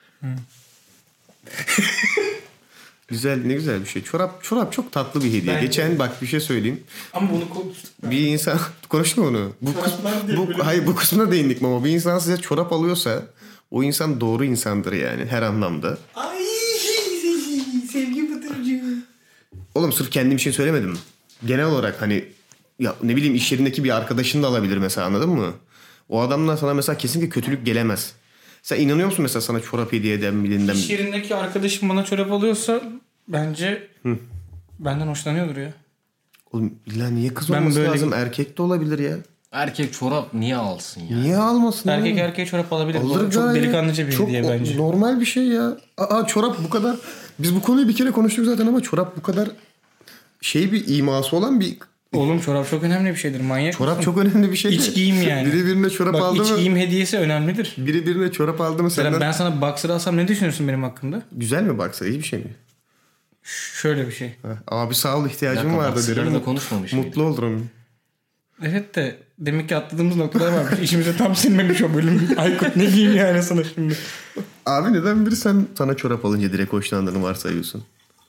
Güzel, ne güzel bir şey. Çorap çorap çok tatlı bir hediye. Bence. Geçen bak bir şey söyleyeyim. Ama bunu konuştuk. Bir insan konuşma onu. Bu, kıs- bu hayır bu kısmına değindik ama bir insan size çorap alıyorsa o insan doğru insandır yani her anlamda. Ay sevgi bıtırıcı. Oğlum sırf kendim için söylemedim. Genel olarak hani ya ne bileyim iş yerindeki bir arkadaşın da alabilir mesela, anladın mı? O adamdan sana mesela kesinlikle kötülük gelemez. Sen inanıyor musun mesela sana çorap hediye eden birinden? İş yerindeki arkadaşım bana çorap alıyorsa bence Hı. benden hoşlanıyordur ya. Oğlum illa niye kız Ben olması böyle- lazım? Erkek de olabilir ya. Erkek çorap niye alsın ya? Niye almasın? Erkek oğlum? erkeğe çorap alabilir. Alır Bu çok gayet. delikanlıca bir Çok hediye o- bence. normal bir şey ya. Aa çorap bu kadar. Biz bu konuyu bir kere konuştuk zaten ama çorap bu kadar şey bir iması olan bir Oğlum çorap çok önemli bir şeydir, manyak. çorap mısın? çok önemli bir şey. İç giyim yani. Biri birine çorap Bak, aldı iç mı? giyim hediyesi önemlidir. Biri birine çorap aldı mı Mesela senden? ben sana boxer alsam ne düşünürsün benim hakkında? Güzel mi baksa, iyi bir şey mi? Şöyle bir şey. Ha, abi sağ ol, ihtiyacım Dakika, vardı baksırları derim. da konuşmamış Mutlu olurum. Evet de demek ki atladığımız noktalar varmış. İşimize tam sinmemiş o bölüm. Aykut ne diyeyim yani sana şimdi. Abi neden biri sen sana çorap alınca direkt hoşlandığını varsayıyorsun?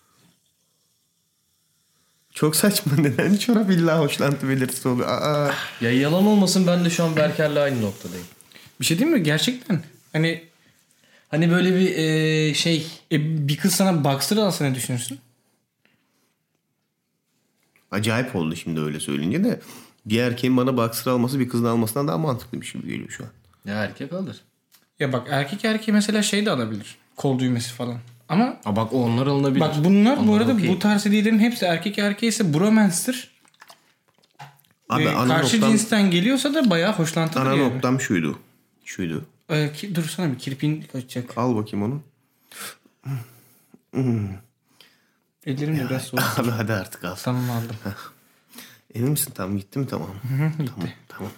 Çok saçma. Neden çorap illa hoşlantı belirtisi oluyor? Aa. Ya yalan olmasın, ben de şu an Berker'le aynı noktadayım. Bir şey değil mi? Gerçekten. Hani Hani böyle bir e, şey e, bir kız sana boxer alsa ne düşünürsün? Acayip oldu şimdi öyle söyleyince de. Bir erkeğin bana boxer alması bir kızın almasından daha mantıklıymış gibi geliyor şu an. ya erkek alır. Ya bak erkek erkeğe mesela şey de alabilir. Kol düğmesi falan. Ama Ha bak onlar alınabilir. bak bunlar bu Onlar arada okey. bu tarz hediyelerin hepsi erkek erkeğe ise bromance'tır. Abi Ee, ana karşı noktam, cinsten geliyorsa da bayağı hoşlantıdır ana yani. noktam şuydu. Şuydu. Ee, ki, dursana bir kirpin kaçacak. Al bakayım onu. Ellerim de biraz soğuk. Abi hadi artık al. Tamam aldım. Emin misin? Tamam gitti mi? Tamam. Tamam. Tamam.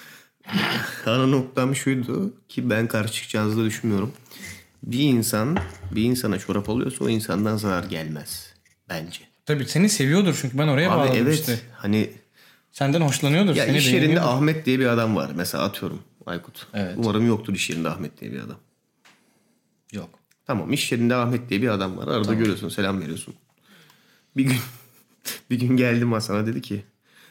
Ana noktam şuydu ki ben karşı çıkacağınızı da düşünmüyorum. Bir insan bir insana çorap alıyorsa o insandan zarar gelmez. Bence. Tabii seni seviyordur çünkü ben oraya Abi bağladım evet işte. hani Senden hoşlanıyordur. ya seni iş yerinde beğeniyordur. Ahmet diye bir adam var. Mesela atıyorum Aykut. Evet. Umarım yoktur iş yerinde Ahmet diye bir adam. Yok. Tamam, iş yerinde Ahmet diye bir adam var. Arada görüyorsun, selam veriyorsun. Bir gün bir gün geldi masana, dedi ki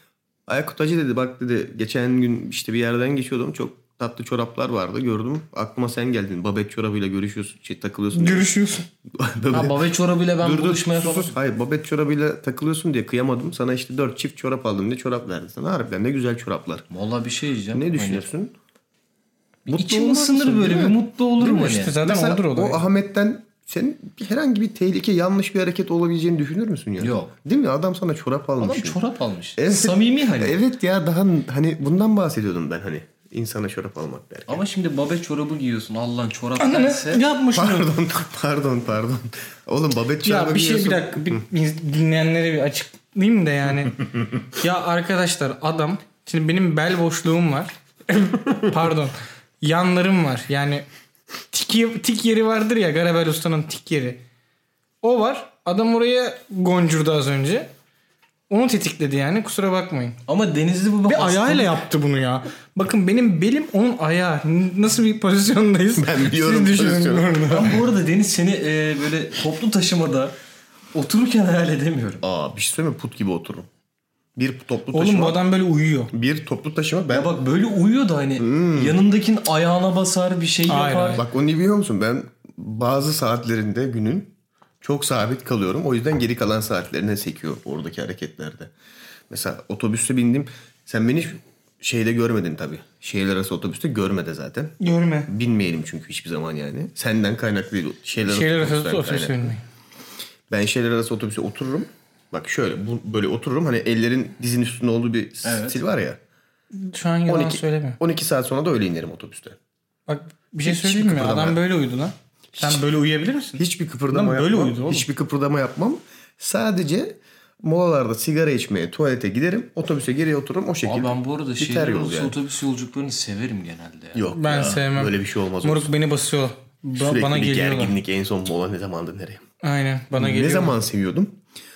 Aykut Hacı dedi, bak dedi geçen gün işte bir yerden geçiyordum, çok tatlı çoraplar vardı gördüm, aklıma sen geldin, babet çorabıyla görüşüyorsun, şey, takılıyorsun. Görüşüyorsun. Böyle- Ha babet çorabıyla ben Dur, dur, buluşmaya sus, falan. sus. Hayır, babet çorabıyla takılıyorsun diye kıyamadım. Sana işte dört çift çorap aldım diye çorap verdi sana. Harbiden de güzel çoraplar. Vallahi bir şey diyeceğim. Ne düşünüyorsun? Hani, içim olmaz ısınır mısın, böyle değil bir mi? mutlu olurum hani. İşte zaten Mesela odur o da. o Ahmet'ten senin bir, herhangi bir tehlike, yanlış bir hareket olabileceğini düşünür müsün ya? Yok. Değil mi? Adam sana çorap almış. Adam ya. çorap almış. Evet. Samimi hani. Evet ya, daha hani bundan bahsediyordum ben, hani insana çorap almak derken. Ama şimdi babet çorabı giyiyorsun. Allah'ın çorap Ananı derse. yapmış mı? Pardon, pardon, pardon. Oğlum babet çorabı Ya bir şey bir giyiyorsun. dakika bir, bir dinleyenlere bir açıklayayım da yani. Ya arkadaşlar adam şimdi benim bel boşluğum var. Pardon. Yanlarım var. Yani tik, tik yeri vardır ya, Garabel Usta'nın tik yeri. O var. Adam oraya goncurdu az önce. Onu tetikledi yani, kusura bakmayın. Ama Denizli bu Bir hastalık. ayağıyla yaptı bunu ya. Bakın benim belim onun ayağı. Nasıl bir pozisyondayız? Ben biliyorum Siz düşünün pozisyonu. orada. Ben bu arada Deniz seni e, böyle toplu taşımada otururken hayal edemiyorum. Aa, bir şey söyleyeyim mi? Put gibi otururum. Bir toplu Oğlum taşıma. bu adam böyle uyuyor. Bir toplu taşıma ben. Ya bak böyle uyuyor da hani yanındakinin ayağına basar bir şey Hayır, yapar. hayır. Bak onu biliyor musun? Ben bazı saatlerinde günün çok sabit kalıyorum. O yüzden geri kalan saatlerine sekiyor oradaki hareketlerde. Mesela otobüste bindim. Sen beni şeyde görmedin tabii. Şehirler arası otobüste görmedi zaten. Görme. Binmeyelim çünkü hiçbir zaman yani. Senden kaynaklı değil. Şehirler, Şeyler arası arası otobüsten otobüs kaynaklı. vermeyin. Ben şehirler arası otobüse otururum. Bak şöyle bu, böyle otururum. Hani ellerin dizin üstünde olduğu bir Evet. stil var ya. Şu an yalan on iki, söyleme. on iki saat sonra da öyle inerim otobüste. Bak bir şey Hiç söyleyeyim mi? kıpırdama. Adam böyle uyudu lan. Sen böyle uyuyabilir misin? Hiçbir kıpırdama Lan böyle yapmam. uyudu oğlum. Hiçbir kıpırdama yapmam. Sadece molalarda sigara içmeye, tuvalete giderim. Otobüse geriye otururum o şekilde. Abi ben bu arada biter şehirler yol arası yani. otobüs yolculuklarını severim genelde. Ya. Yok Ben ya, sevmem. Böyle bir şey olmaz. Moruk beni basıyor. Ba- Sürekli bana bir geliyorlar. gerginlik, en son mola ne zamandı nereye? Aynen bana geliyor. Ne zaman seviyordum?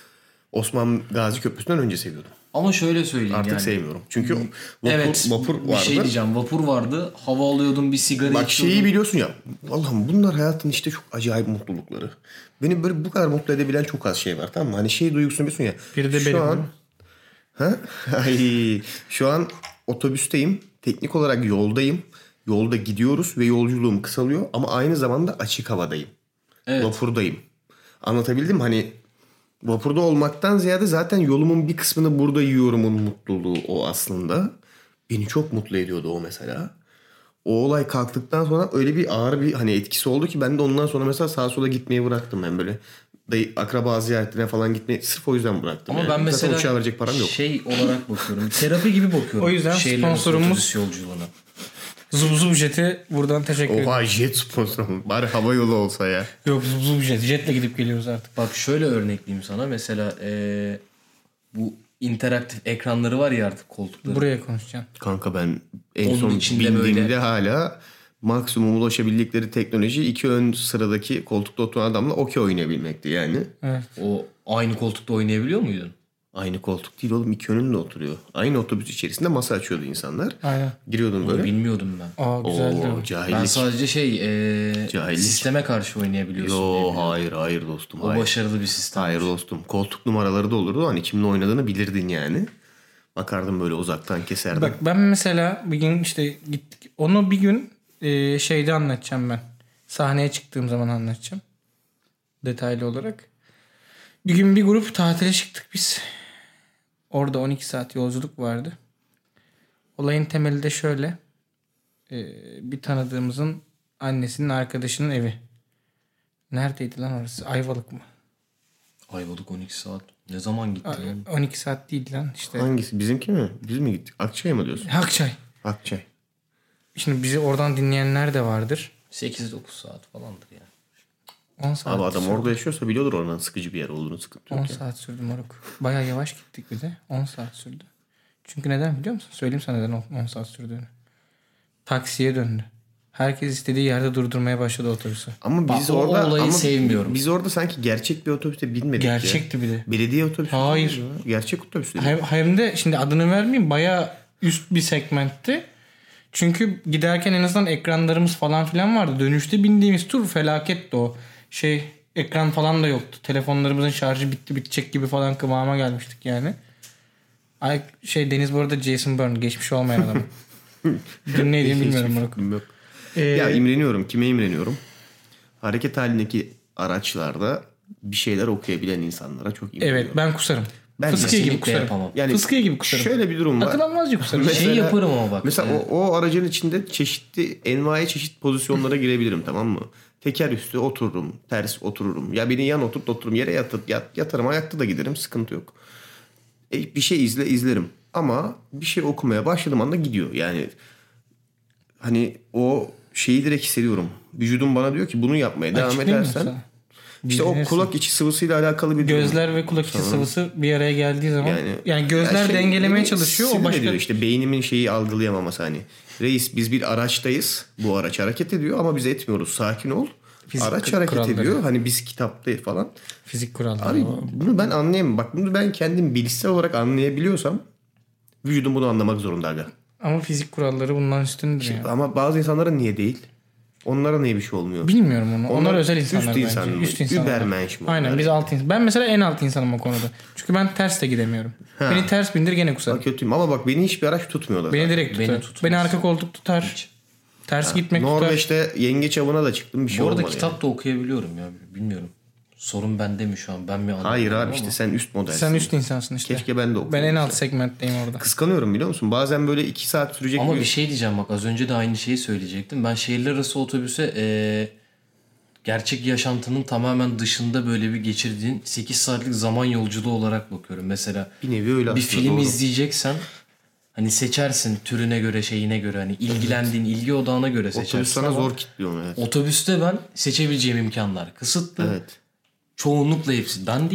Osman Gazi Köprüsü'nden önce seviyordum. Ama şöyle söyleyeyim Artık yani. sevmiyorum. Çünkü vapur, Evet vapur bir vardı. şey diyeceğim. Vapur vardı. Hava alıyordum bir sigara Bak içiyordum. şeyi biliyorsun ya. Allah'ım bunlar hayatın işte çok acayip mutlulukları. Beni böyle bu kadar mutlu edebilen çok az şey var, tamam mı? Hani şey duygusunu biliyorsun ya. Biri de şu benim, an, değil mi? ha? Ay, şu an otobüsteyim. Teknik olarak yoldayım. Yolda gidiyoruz ve yolculuğum kısalıyor. Ama aynı zamanda açık havadayım. Evet. Vapurdayım. Anlatabildim mi? Hani vapurda olmaktan ziyade zaten yolumun bir kısmını burada yiyorumun mutluluğu o aslında. Beni çok mutlu ediyordu o mesela. O olay kalktıktan sonra öyle bir ağır bir hani etkisi oldu ki ben de ondan sonra mesela sağa sola gitmeyi bıraktım ben böyle. Dayı, akraba ziyaretine falan gitmeyi sırf o yüzden bıraktım. Ama yani. ben Zaten mesela uçağa verecek param yok. şey olarak bakıyorum. Terapi gibi bakıyorum. O yüzden şehirler arası sponsorumuz- otobüs yolculuğuna. Zub Zub Jet'e buradan teşekkür ederim. Oha jet sponsorum. Bari hava yolu olsa ya. Yok Zub Zub Jet. Jet'le gidip geliyoruz artık. Bak şöyle örnekleyeyim sana. Mesela eee, bu interaktif ekranları var ya artık koltukların. Buraya konuşacaksın. Kanka ben en Onun son içinde bindiğimde böyle. hala maksimum ulaşabildikleri teknoloji iki ön sıradaki koltukta oturan adamla okey oynayabilmekti yani. Evet. O aynı koltukta oynayabiliyor muydun? Aynı koltuk değil oğlum, iki önünde oturuyor. Aynı otobüs içerisinde masa açıyordu insanlar. Aynen. Giriyordun Onu böyle. bilmiyordum ben. Aa güzeldi Oo, o. cahillik. Ben sadece şey eee, Cahillik. sisteme karşı oynayabiliyorsun. diye Yo biliyorum. hayır hayır dostum. O hayır. başarılı bir sistem. Hayır dostum. Koltuk numaraları da olurdu. Hani kimle oynadığını bilirdin yani. Bakardım böyle uzaktan keserdim. Bak ben mesela bir gün işte gittik. Onu bir gün e, şeyde anlatacağım ben. Sahneye çıktığım zaman anlatacağım. Detaylı olarak. Bir gün bir grup tatile çıktık biz. Orada on iki saat yolculuk vardı. Olayın temeli de şöyle. E, bir tanıdığımızın annesinin arkadaşının evi. Neredeydi lan orası? Ayvalık mı? Ayvalık on iki saat. Ne zaman gittin? lan? on iki saat değil lan işte. Hangisi? Bizimki mi? Biz mi gittik? Akçay'a mı diyorsun? Akçay. Akçay. Şimdi bizi oradan dinleyenler de vardır. sekiz dokuz saat falandır ya. on saat. Abi adam sürdü. orada yaşıyorsa biliyordur oradan sıkıcı bir yer olduğunu, sıkıntı on yok. ya. saat sürdü moruk. Baya yavaş gittik bir de. on saat sürdü. Çünkü neden biliyor musun? Söyleyeyim sana neden on saat sürdüğünü. Taksiye döndü. Herkes istediği yerde durdurmaya başladı otobüsü. Ama Bak, biz o orada olayı ama sevmiyorum. Biz orada sanki gerçek bir otobüste binmedik ya. Gerçekti bir de. Belediye otobüsü. Hayır. değil ya. Gerçek otobüs değil. Hem, hem de şimdi adını vermeyeyim baya üst bir segmentti. Çünkü giderken en azından ekranlarımız falan filan vardı. Dönüşte bindiğimiz tur felaketti o. Şey ekran falan da yoktu. Telefonlarımızın şarjı bitti bitecek gibi falan kıvama gelmiştik yani. Ay şey Deniz bu arada Jason Bourne geçmiş olmayan adam. Dün ne diyeyim bilmiyorum moruk. Bilmiyorum. Ee, Ya imreniyorum. Kime imreniyorum? Hareket halindeki araçlarda bir şeyler okuyabilen insanlara çok imreniyorum. evet ben kusarım. Ben Fıskiye gibi kesinlikle kusarım. yapamam. Yani Fıskiye gibi kusarım. Şöyle bir durum var. Akıl almazca kusarım. Mesela- Şey yaparım ama bak. Mesela e, o, o aracın içinde çeşitli envai çeşit pozisyonlara girebilirim, tamam mı? Teker üstü otururum, ters otururum. Ya beni yan oturt otururum, yere yat, yat, yatarım, ayakta da giderim, sıkıntı yok. E, bir şey izle izlerim. Ama bir şey okumaya başladığım anda gidiyor. Yani hani o şeyi direkt hissediyorum. Vücudum bana diyor ki bunu yapmaya devam Açıklayayım mı edersen. sana? İşte o Bildirirsin. kulak içi sıvısıyla alakalı bir durum. Gözler ve kulak içi sıvısı bir araya geldiği zaman yani, Yani, gözler ya şey, dengelemeye beni çalışıyor. O sinir başka ediyor işte beynimin şeyi algılayamaması hani. Reis biz bir araçtayız. Bu araç hareket ediyor ama biz etmiyoruz. Sakin ol. Fizik araç k- hareket kuralları. ediyor. Hani biz kitaptayız falan. fizik kuralları. Abi o. bunu ben anlayamam. Bak bunu ben kendim bilişsel olarak anlayabiliyorsam vücudum bunu anlamak zorunda aga. Ama fizik kuralları bundan üstündür yani. Ama bazı insanların niye değil? Onlara niye bir şey olmuyor? Bilmiyorum onu. Onlar, Onlar özel üst insanlar bence. insan mı? Üst insanlar. Übermensch mi Aynen onlar biz yani? alt insan. Ben mesela en alt insanım o konuda. Çünkü ben ters de gidemiyorum. Beni ters bindir gene kusarım. Bak kötüyüm ama bak beni hiçbir araç tutmuyor da. Beni zaten. direkt Beni tutar. tutmaz. Beni arka koltuk tutar. Ters gitmek tutar. Norveç'te yengeç avına da çıktım, bir şey Bu arada olmadı. kitap yani. da okuyabiliyorum ya. Bilmiyorum. Sorun bende mi şu an? Ben mi anlamıyorum? Hayır abi ama işte sen üst modelsin. Sen üst insansın işte. Keşke ben de okuyayım. Ben en alt segmentteyim orada. Kıskanıyorum biliyor musun? Bazen böyle iki saat sürecek Ama bir... bir şey diyeceğim bak az önce de aynı şeyi söyleyecektim. Ben şehirler arası otobüse eee, gerçek yaşantının tamamen dışında böyle bir geçirdiğin sekiz saatlik zaman yolculuğu olarak bakıyorum. Mesela Bir nevi öyle bir aslında, film doğru. izleyeceksen hani seçersin türüne göre şeyine göre hani ilgilendiğin ilgi odağına göre seçersin. Otobüs sana ama zor kilitliyor onu, evet. Otobüste ben seçebileceğim imkanlar kısıtlı. Evet. Çoğunlukla hepsi dandik.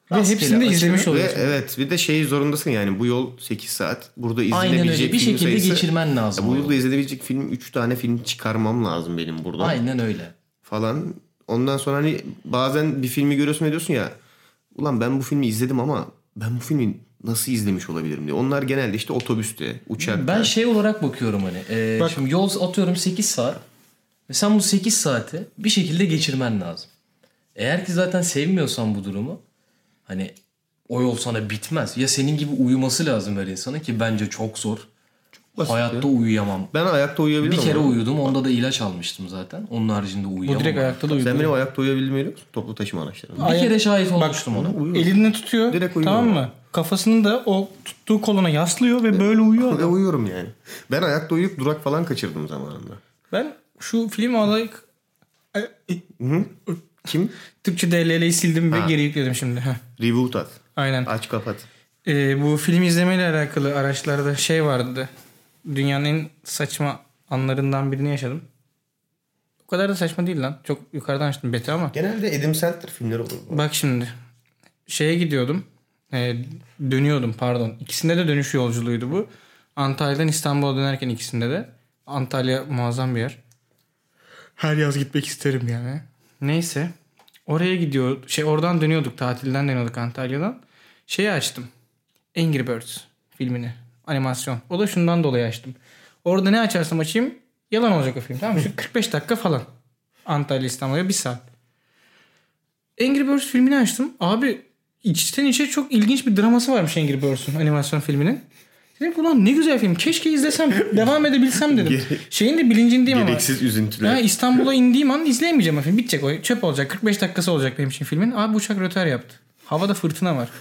Ve hepsini de izlemiş Ve oluyorsun. evet bir de şey zorundasın yani bu yol sekiz saat. Burada Aynen izlenebilecek öyle. Bir film şekilde sayısı, geçirmen lazım. Ya o burada yolu. izlenebilecek film üç tane film çıkarmam lazım benim burada. Aynen öyle. Falan. Ondan sonra hani bazen bir filmi görüyorsun ve diyorsun ya ulan ben bu filmi izledim ama ben bu filmi nasıl izlemiş olabilirim diye. Onlar genelde işte otobüste, uçakta. Ben şey olarak bakıyorum hani. E, Bak. Şimdi yol atıyorum sekiz saat. Ve sen bu sekiz saati bir şekilde geçirmen lazım. Eğer ki zaten sevmiyorsan bu durumu hani o yol sana bitmez. Ya senin gibi uyuması lazım her insanın ki bence çok zor. basit Hayatta uyuyamam. Ben ayakta uyuyabilirim. Bir kere ama. uyudum. Onda da ilaç almıştım zaten. Onun haricinde uyuyamam. Bu direkt ayakta da uyudu. Sen benim ayakta uyuyabildiğimi biliyor musun? Toplu taşıma araçlarında. Bir Ayak- kere şahit Bak, olmuştum ona. Elini tutuyor. Direkt uyuyor. Tamam mı? Kafasını da o tuttuğu koluna yaslıyor ve böyle uyuyor. Ve uyuyorum yani. Ben ayakta uyuyup durak falan kaçırdım zamanında. Ben şu film olayık Hı? Kim? Türkçe D L L'yi sildim ve Ha. geri yükledim şimdi. Heh. Reboot at. Aynen. Aç kapat. Ee, bu film izlemeyle alakalı araçlarda şey vardı. Dünyanın en saçma anlarından birini yaşadım. O kadar da saçma değil lan. Çok yukarıdan açtım beti ama. Genelde Adam Sandler filmleri olur. Bak şimdi. Şeye gidiyordum. Ee, dönüyordum pardon. İkisinde de dönüş yolculuğuydu bu. Antalya'dan İstanbul'a dönerken ikisinde de. Antalya muazzam bir yer. Her yaz gitmek isterim yani. Neyse. Oraya gidiyor. Şey oradan dönüyorduk. Tatilden dönüyorduk Antalya'dan. Şeyi açtım. Angry Birds filmini. Animasyon. O da şundan dolayı açtım. Orada ne açarsam açayım yalan olacak o film. Tamam mı? Şu kırk beş dakika falan. Antalya İstanbul'a bir saat. Angry Birds filmini açtım. Abi içten içe çok ilginç bir draması varmış Angry Birds'ün animasyon filminin. Dedim ki ulan ne güzel film. Keşke izlesem. Devam edebilsem dedim. Şeyin de bilincindeyim ama. Gereksiz üzüntüler. Ya İstanbul'a indiğim an izleyemeyeceğim o film. Bitecek o. Çöp olacak. kırk beş dakikası olacak benim için filmin. Abi uçak rötar yaptı. Havada fırtına var.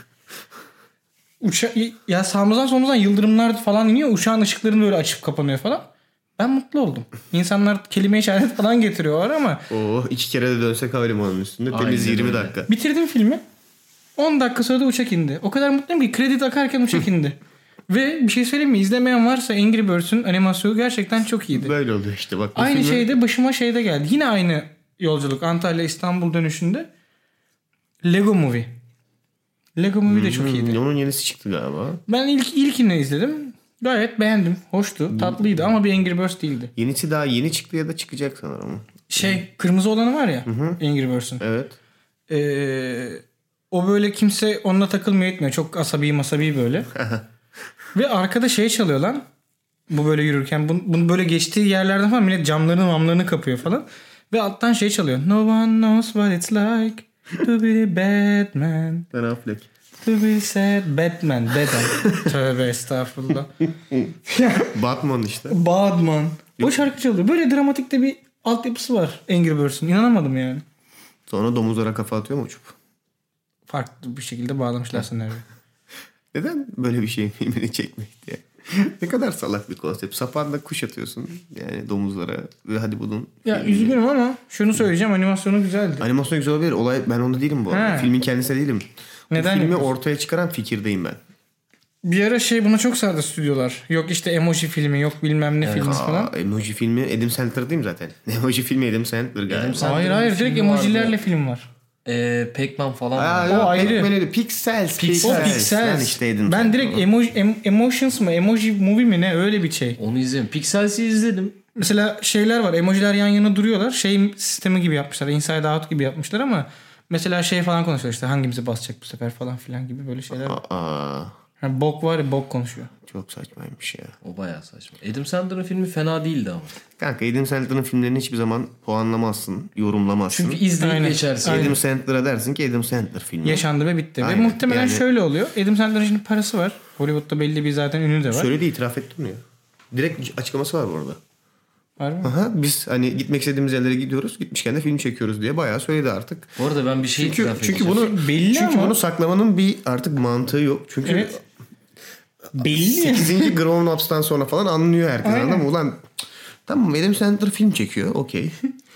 Uça ya sağımızdan solumuzdan yıldırımlar falan iniyor. Uçağın ışıklarını böyle açıp kapanıyor falan. Ben mutlu oldum. İnsanlar kelime işaret falan getiriyorlar ama. Oh iki kere de dönsek havalimanının üstünde. Aynen Temiz yirmi öyle. dakika. Bitirdim filmi. on dakika sonra da uçak indi. O kadar mutluyum ki kredi takarken uçak indi. Ve bir şey söyleyeyim mi? İzlemeyen varsa Angry Birds'ün animasyonu gerçekten çok iyiydi. Böyle oluyor işte. Bak, bu Aynı filmi- şeyde başıma şeyde geldi. Yine aynı yolculuk Antalya İstanbul dönüşünde. Lego Movie. Lego Movie de çok iyiydi. Hmm, onun yenisi çıktı galiba. Ben ilk ilkini izledim. Gayet beğendim. Hoştu. Tatlıydı ama bir Angry Birds değildi. Yenisi daha yeni çıktı ya da çıkacak sanırım. Şey kırmızı olanı var ya Angry Birds'ün. Evet. Ee, o böyle kimse onunla takılmıyor etmiyor. Çok asabi masabi böyle. Ve arkada şey çalıyor lan. Bu böyle yürürken. Bunu, bunu böyle geçtiği yerlerden falan millet camlarını mamlarını kapıyor falan. Ve alttan şey çalıyor. No one knows what it's like to be a Batman. Ben Affleck. To be sad Batman. Batman. Tövbe estağfurullah. Batman işte. Batman. O şarkı çalıyor. Böyle dramatik de bir altyapısı var Angry Birds'ün. İnanamadım yani. Sonra domuzlara kafa atıyor mu uçup? Farklı bir şekilde bağlamışlar senaryoyu. Neden böyle bir şeyin filmini çekmek diye? Ne kadar salak bir konsept. Sapanda kuş atıyorsun yani domuzlara ve hadi bunun... Ya filmini- üzgünüm ama şunu söyleyeceğim, animasyonu güzeldi. Animasyon güzel olabilir. Olay ben onda değilim bu arada. He. Filmin kendisi değilim. Neden Bu filmi yapıyorsun? ortaya çıkaran fikirdeyim ben. Bir ara şey buna çok sardı stüdyolar. Yok işte emoji filmi, yok bilmem ne filmi Aa, falan. emoji filmi Adam Sandler değil mi zaten? Emoji filmi Adam Sandler galiba. Adam Sandler- Hayır hayır bir direkt film emojilerle vardı. film var. Ee, Pac-Man falan. Aa, var. O yok, ayrı. Pac-Man öyle. Pixels. O Pixels. Pixels. Ben işte Adam Ben Sandler direkt o. emoji, em- emotions mı emoji movie mi ne öyle bir şey. Onu izledim. Pixels'i izledim. Mesela şeyler var, emojiler yan yana duruyorlar. Şey sistemi gibi yapmışlar, inside out gibi yapmışlar ama mesela şey falan konuşuyor işte hangimizi basacak bu sefer falan filan gibi böyle şeyler var. Aa, Yani bok var ya bok konuşuyor. çok saçmaymış ya. O bayağı saçma. Adam Sandler'ın filmi fena değildi ama. Kanka Adam Sandler'ın filmlerini hiçbir zaman puanlamazsın, yorumlamazsın. Çünkü izleyip Aynen. geçersin. Aynen. Adam Sandler'a dersin ki Adam Sandler filmi. Yaşandı ve bitti. Aynen. Ve muhtemelen Yani- şöyle oluyor. Adam Sandler'ın şimdi parası var. Hollywood'da belli bir zaten ünü de var. Söyledi, itiraf etti bunu ya. Direkt açıklaması var bu arada. Var mı? Aha, biz hani gitmek istediğimiz yerlere gidiyoruz. Gitmişken de film çekiyoruz diye bayağı söyledi artık. Bu arada ben bir şey Çünkü itiraf çünkü edeceğim. bunu Belli çünkü ama- bunu saklamanın bir artık mantığı yok. Çünkü Evet. Belli. sekizinci Grown Ups'tan sonra falan anlıyor herkes. Aynen. Anladın mı? Ulan tamam Adam Sandler film çekiyor. Okey.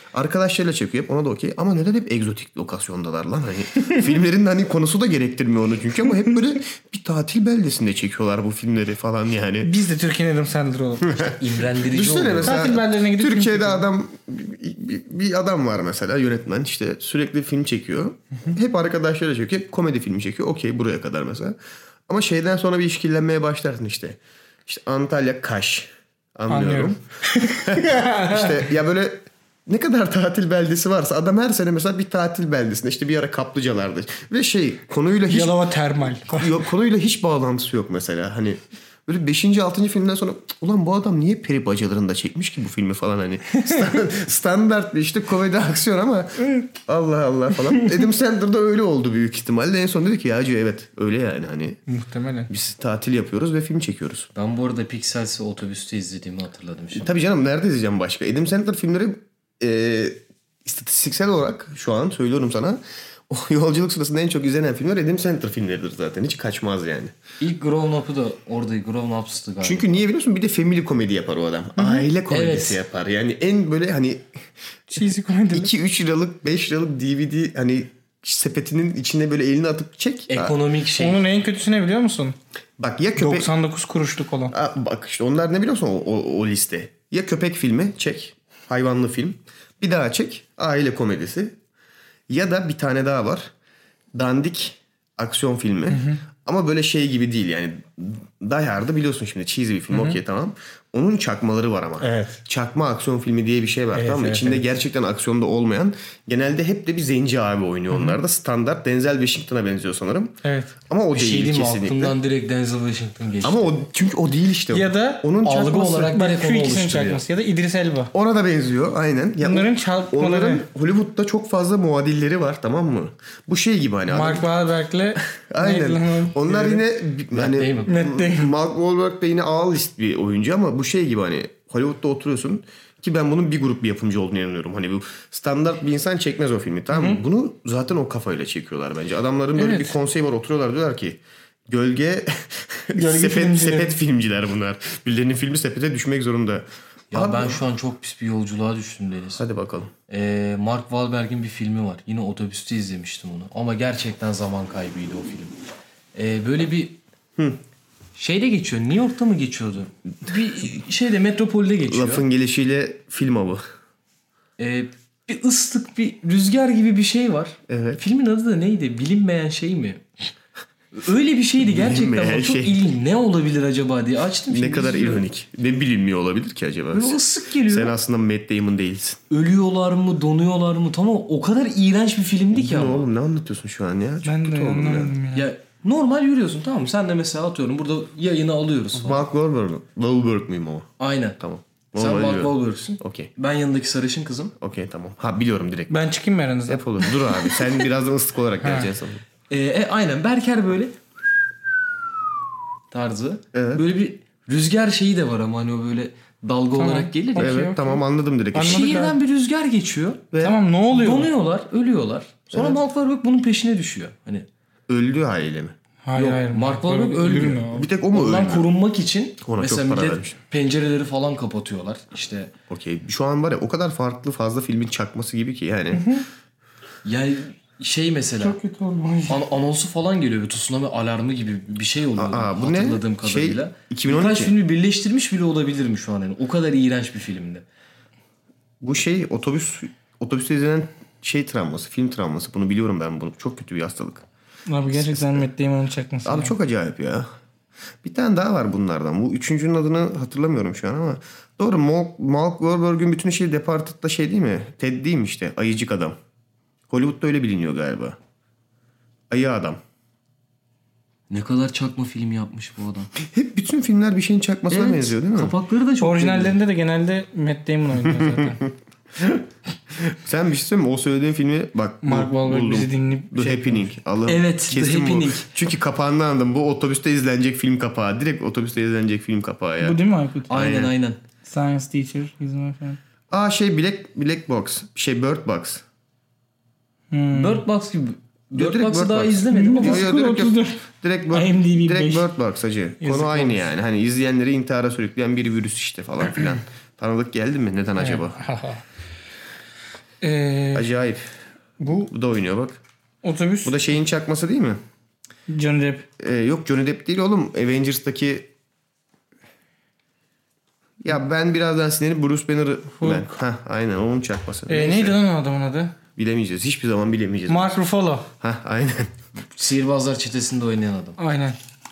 Arkadaşlarıyla çekiyor hep, ona da okey. Ama neden hep egzotik lokasyondalar lan? Hani filmlerin hani konusu da gerektirmiyor onu çünkü, ama hep böyle bir tatil beldesinde çekiyorlar bu filmleri falan yani. Biz de Türkiye'nin Adam Sandler olalım. İmrendirici Düşünsene oluyor. mesela Tatil beldelerine gidip film Türkiye'de çekiyor. adam bir, bir adam var mesela, yönetmen, işte sürekli film çekiyor. Hep arkadaşlarıyla çekiyor. Hep komedi filmi çekiyor. Okey, buraya kadar mesela. Ama şeyden sonra bir işkillenmeye başlarsın işte. İşte Antalya, Kaş. Anlıyorum. Anlıyorum. İşte ya böyle ne kadar tatil beldesi varsa adam her sene mesela bir tatil beldesinde, işte bir ara Kaplıcalar'da ve şey konuyla hiç Yalova Termal. yok, konuyla hiç bağlantısı yok mesela. Hani böyle beşinci altıncı filmden sonra ulan bu adam niye peri bacalarında çekmiş ki bu filmi falan, hani Stand- standart bir işte komedi aksiyon ama Allah Allah falan. Adam Sandler'da öyle oldu büyük ihtimalle. En son dedi ki ya Hacı, evet öyle yani, hani Muhtemelen. biz tatil yapıyoruz ve film çekiyoruz. Ben bu arada Pixels'i otobüste izlediğimi hatırladım şimdi. Tabii canım, nerede izleyeceğim başka? Adam Sandler filmleri e, istatistiksel olarak şu an söylüyorum sana, o yolculuk sırasında en çok izlenen filmler Adam Sandler filmleridir zaten. Hiç kaçmaz yani. İlk Grown Up'ı da orada Grown Ups'tı galiba. Çünkü niye biliyorsun? Bir de family komedi yapar o adam. Aile komedisi Evet. yapar. Yani en böyle hani Cheesy komedi. iki üç liralık beş liralık D V D hani sepetinin içine böyle elini atıp çek. Ekonomik şey. Onun en kötüsü ne biliyor musun? Bak ya köpek... doksan dokuz kuruşluk olan. Aa, bak işte onlar ne biliyorsun o, o, o liste. Ya köpek filmi çek. Hayvanlı film. Bir daha çek. Aile komedisi. Ya da bir tane daha var. Dandik aksiyon filmi. Hı hı. Ama böyle şey gibi değil yani. Die Hard'ı biliyorsun şimdi. Cheesy bir film. Okey, tamam. Onun çakmaları var ama. Evet. Çakma aksiyon filmi diye bir şey var. Evet, tamam mı? evet, İçinde evet. gerçekten aksiyonda olmayan. Genelde hep de bir zenci abi oynuyor onlarda. Standart Denzel Washington'a benziyor sanırım. Evet. Ama o Bir şey değil diyeyim mi? kesinlikle. Aklımdan direkt Denzel Washington geçti. Ama o çünkü o değil işte. Ya da onun algı çakması. olarak Bak direkt şu onu ikisinin oluşturuyor. çakması. Ya da İdris Elba. Ona da benziyor aynen. Ya Bunların o- çarpmaları. Onların Hollywood'da çok fazla muadilleri var, tamam mı? Bu şey gibi hani. Mark adam- Wahlberg'le Aynen. Onlar yine hani Damon. Matt Damon. Mark Wahlberg de yine A-list bir oyuncu ama bu şey gibi hani Hollywood'da oturuyorsun ki ben bunun bir grup bir yapımcı olduğunu inanıyorum. Hani bu standart bir insan çekmez o filmi, tamam mı? Bunu zaten o kafayla çekiyorlar bence. Adamların böyle Evet. bir konseyi var, oturuyorlar, diyorlar ki gölge, Gölge sepet, filmcileri. sepet filmciler bunlar. Birilerinin filmi sepete düşmek zorunda. Ya Abi- ben şu an çok pis bir yolculuğa düştüm Deniz. Hadi bakalım. Ee, Mark Wahlberg'in bir filmi var. Yine otobüste izlemiştim onu. Ama gerçekten zaman kaybıydı o film. Ee, böyle bir şeyde geçiyor. New York'ta mı geçiyordu? Bir şeyde metropolde geçiyor. Lafın gelişiyle film avı. Ee, bir ıslık, bir rüzgar gibi bir şey var. Evet. Filmin adı da neydi? Bilinmeyen şey mi? Öyle bir şeydi gerçekten. Bilinmeyen Bak, çok şey. ilginç. Ne olabilir acaba diye açtım. Ne şimdi kadar izliyorum. ironik. Ne bilinmiyor olabilir ki acaba? Böyle ıslık geliyor. Sen aslında Matt Damon değilsin. Ölüyorlar mı, donuyorlar mı? Tamam, o kadar iğrenç bir filmdi ki Ne ama. oğlum, ne anlatıyorsun şu an ya? Çok Ben de kötü oldum ya. anlamadım ya. Ya normal yürüyorsun, tamam mı? Sen de mesela atıyorum burada yayını alıyoruz falan. Mark Wahlberg mi? Wahlberg miyim o? Aynen. Tamam. Sen Normal Mark yürüyorum. Wahlberg'sün. Okey. Ben yanındaki sarışın kızım. Okey, tamam. Ha, biliyorum direkt. Ben çıkayım mı aranızda? Hep olur. Dur abi. Sen birazdan ıslık olarak geleceksin sanırım. Ee, e, aynen Berker böyle tarzı. Evet. Böyle bir rüzgar şeyi de var ama hani o böyle dalga Tamam. olarak gelir ya. Okey, Evet okey. tamam, anladım direkt. Anladım. Şehirden bir rüzgar geçiyor. Tamam, ne oluyor? Donuyorlar, ölüyorlar. Sonra Mark Wahlberg bunun peşine düşüyor. Hani Öldü haliyle mi? Hayır Yok, hayır. Mark Wahlberg ölmüyor. ölür mü o? Bir tek o mu ondan ölmüyor? korunmak için Ona mesela çok para millet vermiş. pencereleri falan kapatıyorlar. İşte Okey. Şu an var ya, o kadar farklı fazla filmin çakması gibi ki yani. yani şey mesela Çok kötü oldu. an- anonsu falan geliyor ve tsunami alarmı gibi bir şey oluyor. Aa, bu ne? hatırladığım Şey, kadarıyla. iki bin on iki. Birkaç filmi birleştirmiş bile olabilir mi şu an? Yani o kadar iğrenç bir filmdi. Bu şey otobüs otobüste izlenen şey travması, film travması. Bunu biliyorum ben bunu. Çok kötü bir hastalık. Abi gerçekten Matt Damon'ın çakması. Abi ya. çok acayip ya. Bir tane daha var bunlardan. Bu üçüncünün adını hatırlamıyorum şu an ama. Doğru, Mark, Mark Wahlberg'ün bütün şey Departed'da şey değil mi? Ted değil mi işte? Ayıcık adam. Hollywood'da öyle biliniyor galiba. Ayı adam. Ne kadar çakma film yapmış bu adam. Hep bütün filmler bir şeyin çakmasına benziyor değil mi? Kapakları da çok Orijinallerinde de genelde Matt Damon oynuyor zaten. Sen bir şey söyleyeyim mi? O söylediğin filmi bak Mark bul- Wahlberg buldum. bizi dinleyip The şey Happening. Allah'ım. Evet, The kesin bu. Happening. Çünkü kapağından anladım. Bu otobüste izlenecek film kapağı. Direkt otobüste izlenecek film kapağı ya. Bu değil mi Aykut? Aynen aynen. Science teacher. He's my friend. Aa şey Black, Black Box. Şey Bird Box. Hmm. Bird Box gibi. Bird direkt Box'ı Bird daha Box. izlemedim ama Yo, yo, direkt, otuz dört. direkt, Bird, IMDb direkt beş. Bird Box hacı. Yazık Konu aynı olmuş. yani. Hani izleyenleri intihara sürükleyen bir virüs işte falan filan. Tanıdık geldi mi? Neden acaba? Ee, Acayip. bu Bu da oynuyor bak. otobüs Bu da şeyin çakması değil mi? Johnny Depp. Ee, yok Johnny Depp değil oğlum. Avengers'taki ya ben birazdan sinirli Bruce Banner'ı ben. Heh, aynen onun çakması. Ee, Neyse. neydi lan o adamın adı? Bilemeyeceğiz. Hiçbir zaman bilemeyeceğiz. Mark Ruffalo. Heh, aynen. Sihirbazlar çetesinde oynayan adam. Aynen.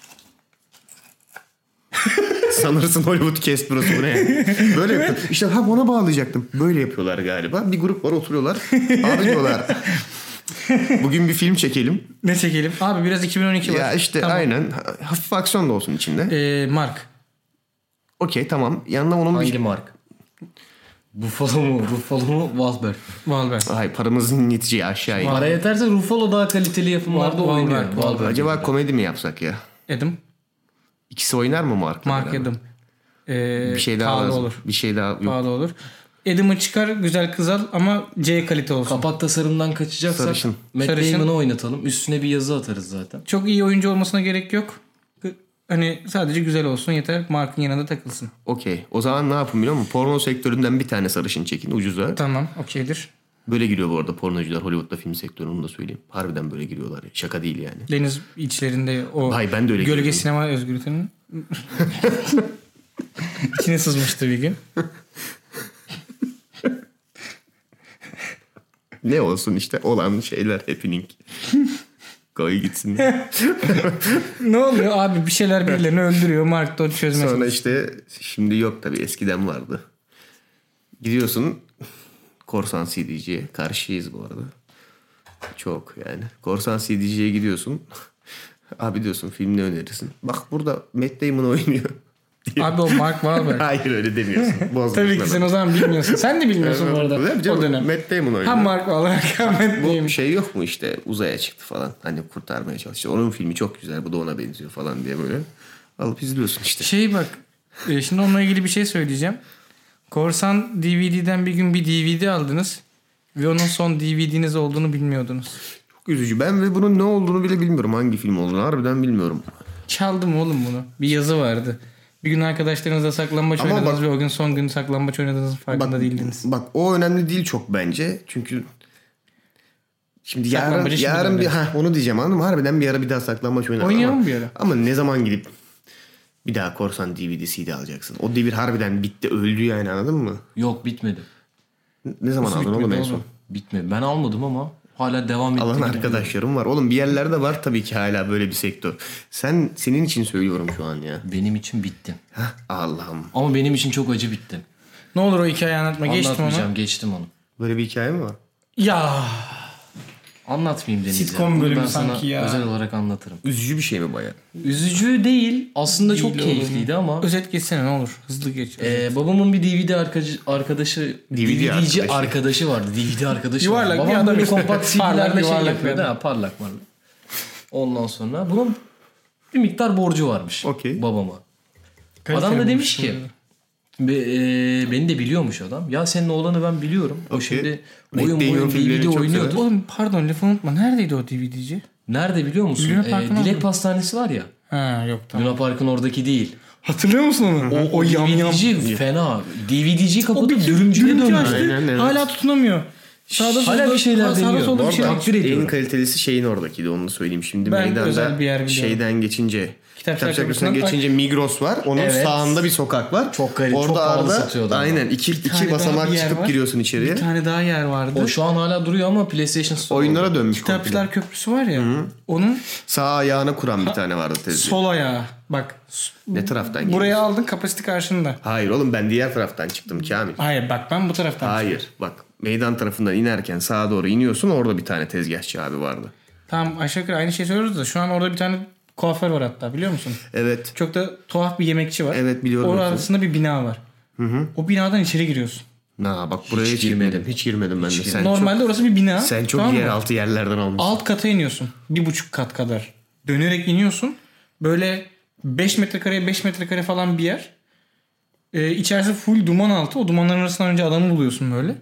Sanırsın Hollywood cast burası bu ne? Böyle yapıyor. İşte ha ona bağlayacaktım. Böyle yapıyorlar galiba. Bir grup var oturuyorlar. Abi diyorlar. Bugün bir film çekelim. Ne çekelim? Abi biraz iki bin on iki var. Ya işte Tamam. aynen. Hafif aksiyon da olsun içinde. Ee, Mark. Okey tamam. Yanına onun Hangi bir... mark? Buffalo mu? Ruffalo mu? Wahlberg. Wahlberg. Ay paramızın yeteceği aşağı in. Para yeterse Ruffalo daha kaliteli yapımlarda Wahlberg, oynuyor. Wahlberg. Wahlberg. Acaba komedi mi yapsak ya? Adam. İkisi oynar mı Mark? Mark Adam. Ee, Bir şey daha pahalı lazım. olur. Bir şey daha yok. Pahalı olur. Adam'ı çıkar güzel kız al ama C kalite olsun. Kapak tasarımdan kaçacaksak Sarışın. Matt Sarışın. Damon'ı oynatalım. Üstüne bir yazı atarız zaten. Çok iyi oyuncu olmasına gerek yok. Hani sadece güzel olsun yeter. Mark'ın yanında takılsın. Okey. O zaman ne yapın biliyor musun? Porno sektöründen bir tane sarışın çekin ucuza. Tamam okeydir. Böyle giriyor bu arada pornocular Hollywood'da film sektörü onu da söyleyeyim. Harbiden böyle giriyorlar. ya. Şaka değil yani. Deniz içlerinde o Hayır, ben de öyle gölge giriyordum. sinema özgürlüğünün içine sızmıştı bir gün. Ne olsun işte olan şeyler happening. Koy gitsin. Ne oluyor abi bir şeyler birilerini öldürüyor. Mark da onu çözmeye Sonra çalışıyor. işte şimdi yok tabii eskiden vardı. Gidiyorsun Korsan C D C'ye. Karşıyız bu arada. Çok yani. Korsan C D C'ye gidiyorsun. Abi diyorsun film ne önerirsin? Bak burada Matt Damon oynuyor. Abi o Mark Wahlberg. Hayır öyle demiyorsun. Bozmuş Tabii ki adam. sen o zaman bilmiyorsun. Sen de bilmiyorsun bu arada Tabii canım, o dönem. Matt Damon oynuyor. Hem Mark Wahlberg hem Matt Bu Damon. şey yok mu işte uzaya çıktı falan. Hani kurtarmaya çalıştı. Onun filmi çok güzel bu da ona benziyor falan diye böyle. Alıp izliyorsun işte. Şey bak e, şimdi onunla ilgili bir şey söyleyeceğim. Korsan D V D'den bir gün bir D V D aldınız. Ve onun son D V D'niz olduğunu bilmiyordunuz. Çok üzücü. Ben ve bunun ne olduğunu bile bilmiyorum. Hangi film olduğunu harbiden bilmiyorum. Çaldım oğlum bunu. Bir yazı vardı. Bir gün arkadaşlarınızla saklambaç Ama oynadınız bak- ve o gün son gün saklambaç oynadığınızın farkında Bak, değildiniz. bak o önemli değil çok bence. Çünkü şimdi yarın, Saklambacı şimdi yarın bir öyle. ha onu diyeceğim anladın mı? Harbiden bir ara bir daha saklambaç oynayalım. Oynayalım ama, bir ara. Ama ne zaman gidip bir daha Korsan D V D C D alacaksın? O devir harbiden bitti öldü yani anladın mı? Yok bitmedi. Ne zaman Nasıl aldın oğlum bitmedi en son? oğlum? Bitmedi. Ben almadım ama hala devam etti. Alan gibi arkadaşlarım var. Oğlum bir yerlerde var tabii ki hala böyle bir sektör. Sen senin için söylüyorum şu an ya. duruyor. Benim için bitti. Hah, Allah'ım. Ama benim için çok acı bitti. Ne olur o hikayeyi anlatma. Geçtim Anlatmayacağım. onu. Geçtim onu. Böyle bir hikaye mi var? Ya Anlatmayayım Deniz. Sitcom ya. Bunu bölümü ben sana sanki ya. özel olarak anlatırım. Üzücü bir şey mi baya? Üzücü değil. Aslında çok Değil keyifliydi oğlum. ama. Özet geçsene ne olur. Hızlı geç. Ee, babamın bir D V D arkadaşı, arkadaşı D V D D V D'ci arkadaşı. arkadaşı vardı. D V D arkadaşı Yuvarlak vardı. bir Babam adam böyle işte. kompakt Parlak, C D'lerle şey yuvarlak bir yapıyordu. adam. Ha, parlak parlak. Ondan sonra bunun bir miktar borcu varmış Okey. babama. Kaliteli Adam da demiş bulmuşsun ki yani. be, e, beni de biliyormuş adam. Ya senin oğlanı ben biliyorum. O Okey. şimdi Matt oyun Damon oyun D V filmlerini D çok oynuyordu. sever. Oğlum pardon lafı unutma. Neredeydi o D V D'ci? Nerede biliyor musun? Luna Ee, Park'ın Dilek orada. Pastanesi var ya. Ha yok tamam. Luna Park'ın oradaki değil. Hatırlıyor musun onu? O, o yam yam. D V D'ci fena. D V D'ciyi O kapatıp bir dürümcüye dürümcü döndü. açtı. Aynen, evet. Hala tutunamıyor. Sağda Hala solda- bir şeyler sağda deniyor. solda Bu bir şey arada- var. takdir ediyorum. En kalitesi şeyin oradakiydi onu söyleyeyim. Şimdi Ben meydanda özel bir yer biliyorum. şeyden geçince Kitapçılar Kitapçılar Köprüsü'nden Köprüsü'nden geçince Migros var. Onun Evet. sağında bir sokak var. Çok garip, Orada çok pahalı arada satıyordu ama. aynen iki, Bir tane iki daha basamak bir yer çıkıp var. giriyorsun içeriye. Bir tane daha yer vardı. O şu an hala duruyor ama PlayStation Store. Oyunlara dönmüş komple. Kitapçılar Köprüsü var ya. Onun Sağ ayağına kuran bir tane vardı tezgah. sol ayağı. Bak. Ne taraftan Buraya geliyorsun? aldın kapasite karşında. Hayır oğlum ben diğer taraftan çıktım Kamil. Hayır bak ben bu taraftan. Hayır bak meydan tarafından inerken sağa doğru iniyorsun orada bir tane tezgahçı abi vardı. Tamam aşağı yukarı aynı şey söylüyoruz da şu an orada bir tane kuaför var hatta biliyor musun? Evet. Çok da tuhaf bir yemekçi var. Evet, biliyorum Orada orasını. arasında bir bina var. O binadan içeri giriyorsun. Na bak buraya hiç, Hiç girmedim. girmedim. Hiç girmedim ben de. Sen Normalde orası bir bina. çok, sen çok tamam mı? yeraltı yerlerden almışsın. Alt kata iniyorsun. Bir buçuk kat kadar. Dönerek iniyorsun. Böyle beş metrekareye beş metrekare falan bir yer. Ee, içerisi full duman altı. O dumanların arasından önce adamı buluyorsun böyle.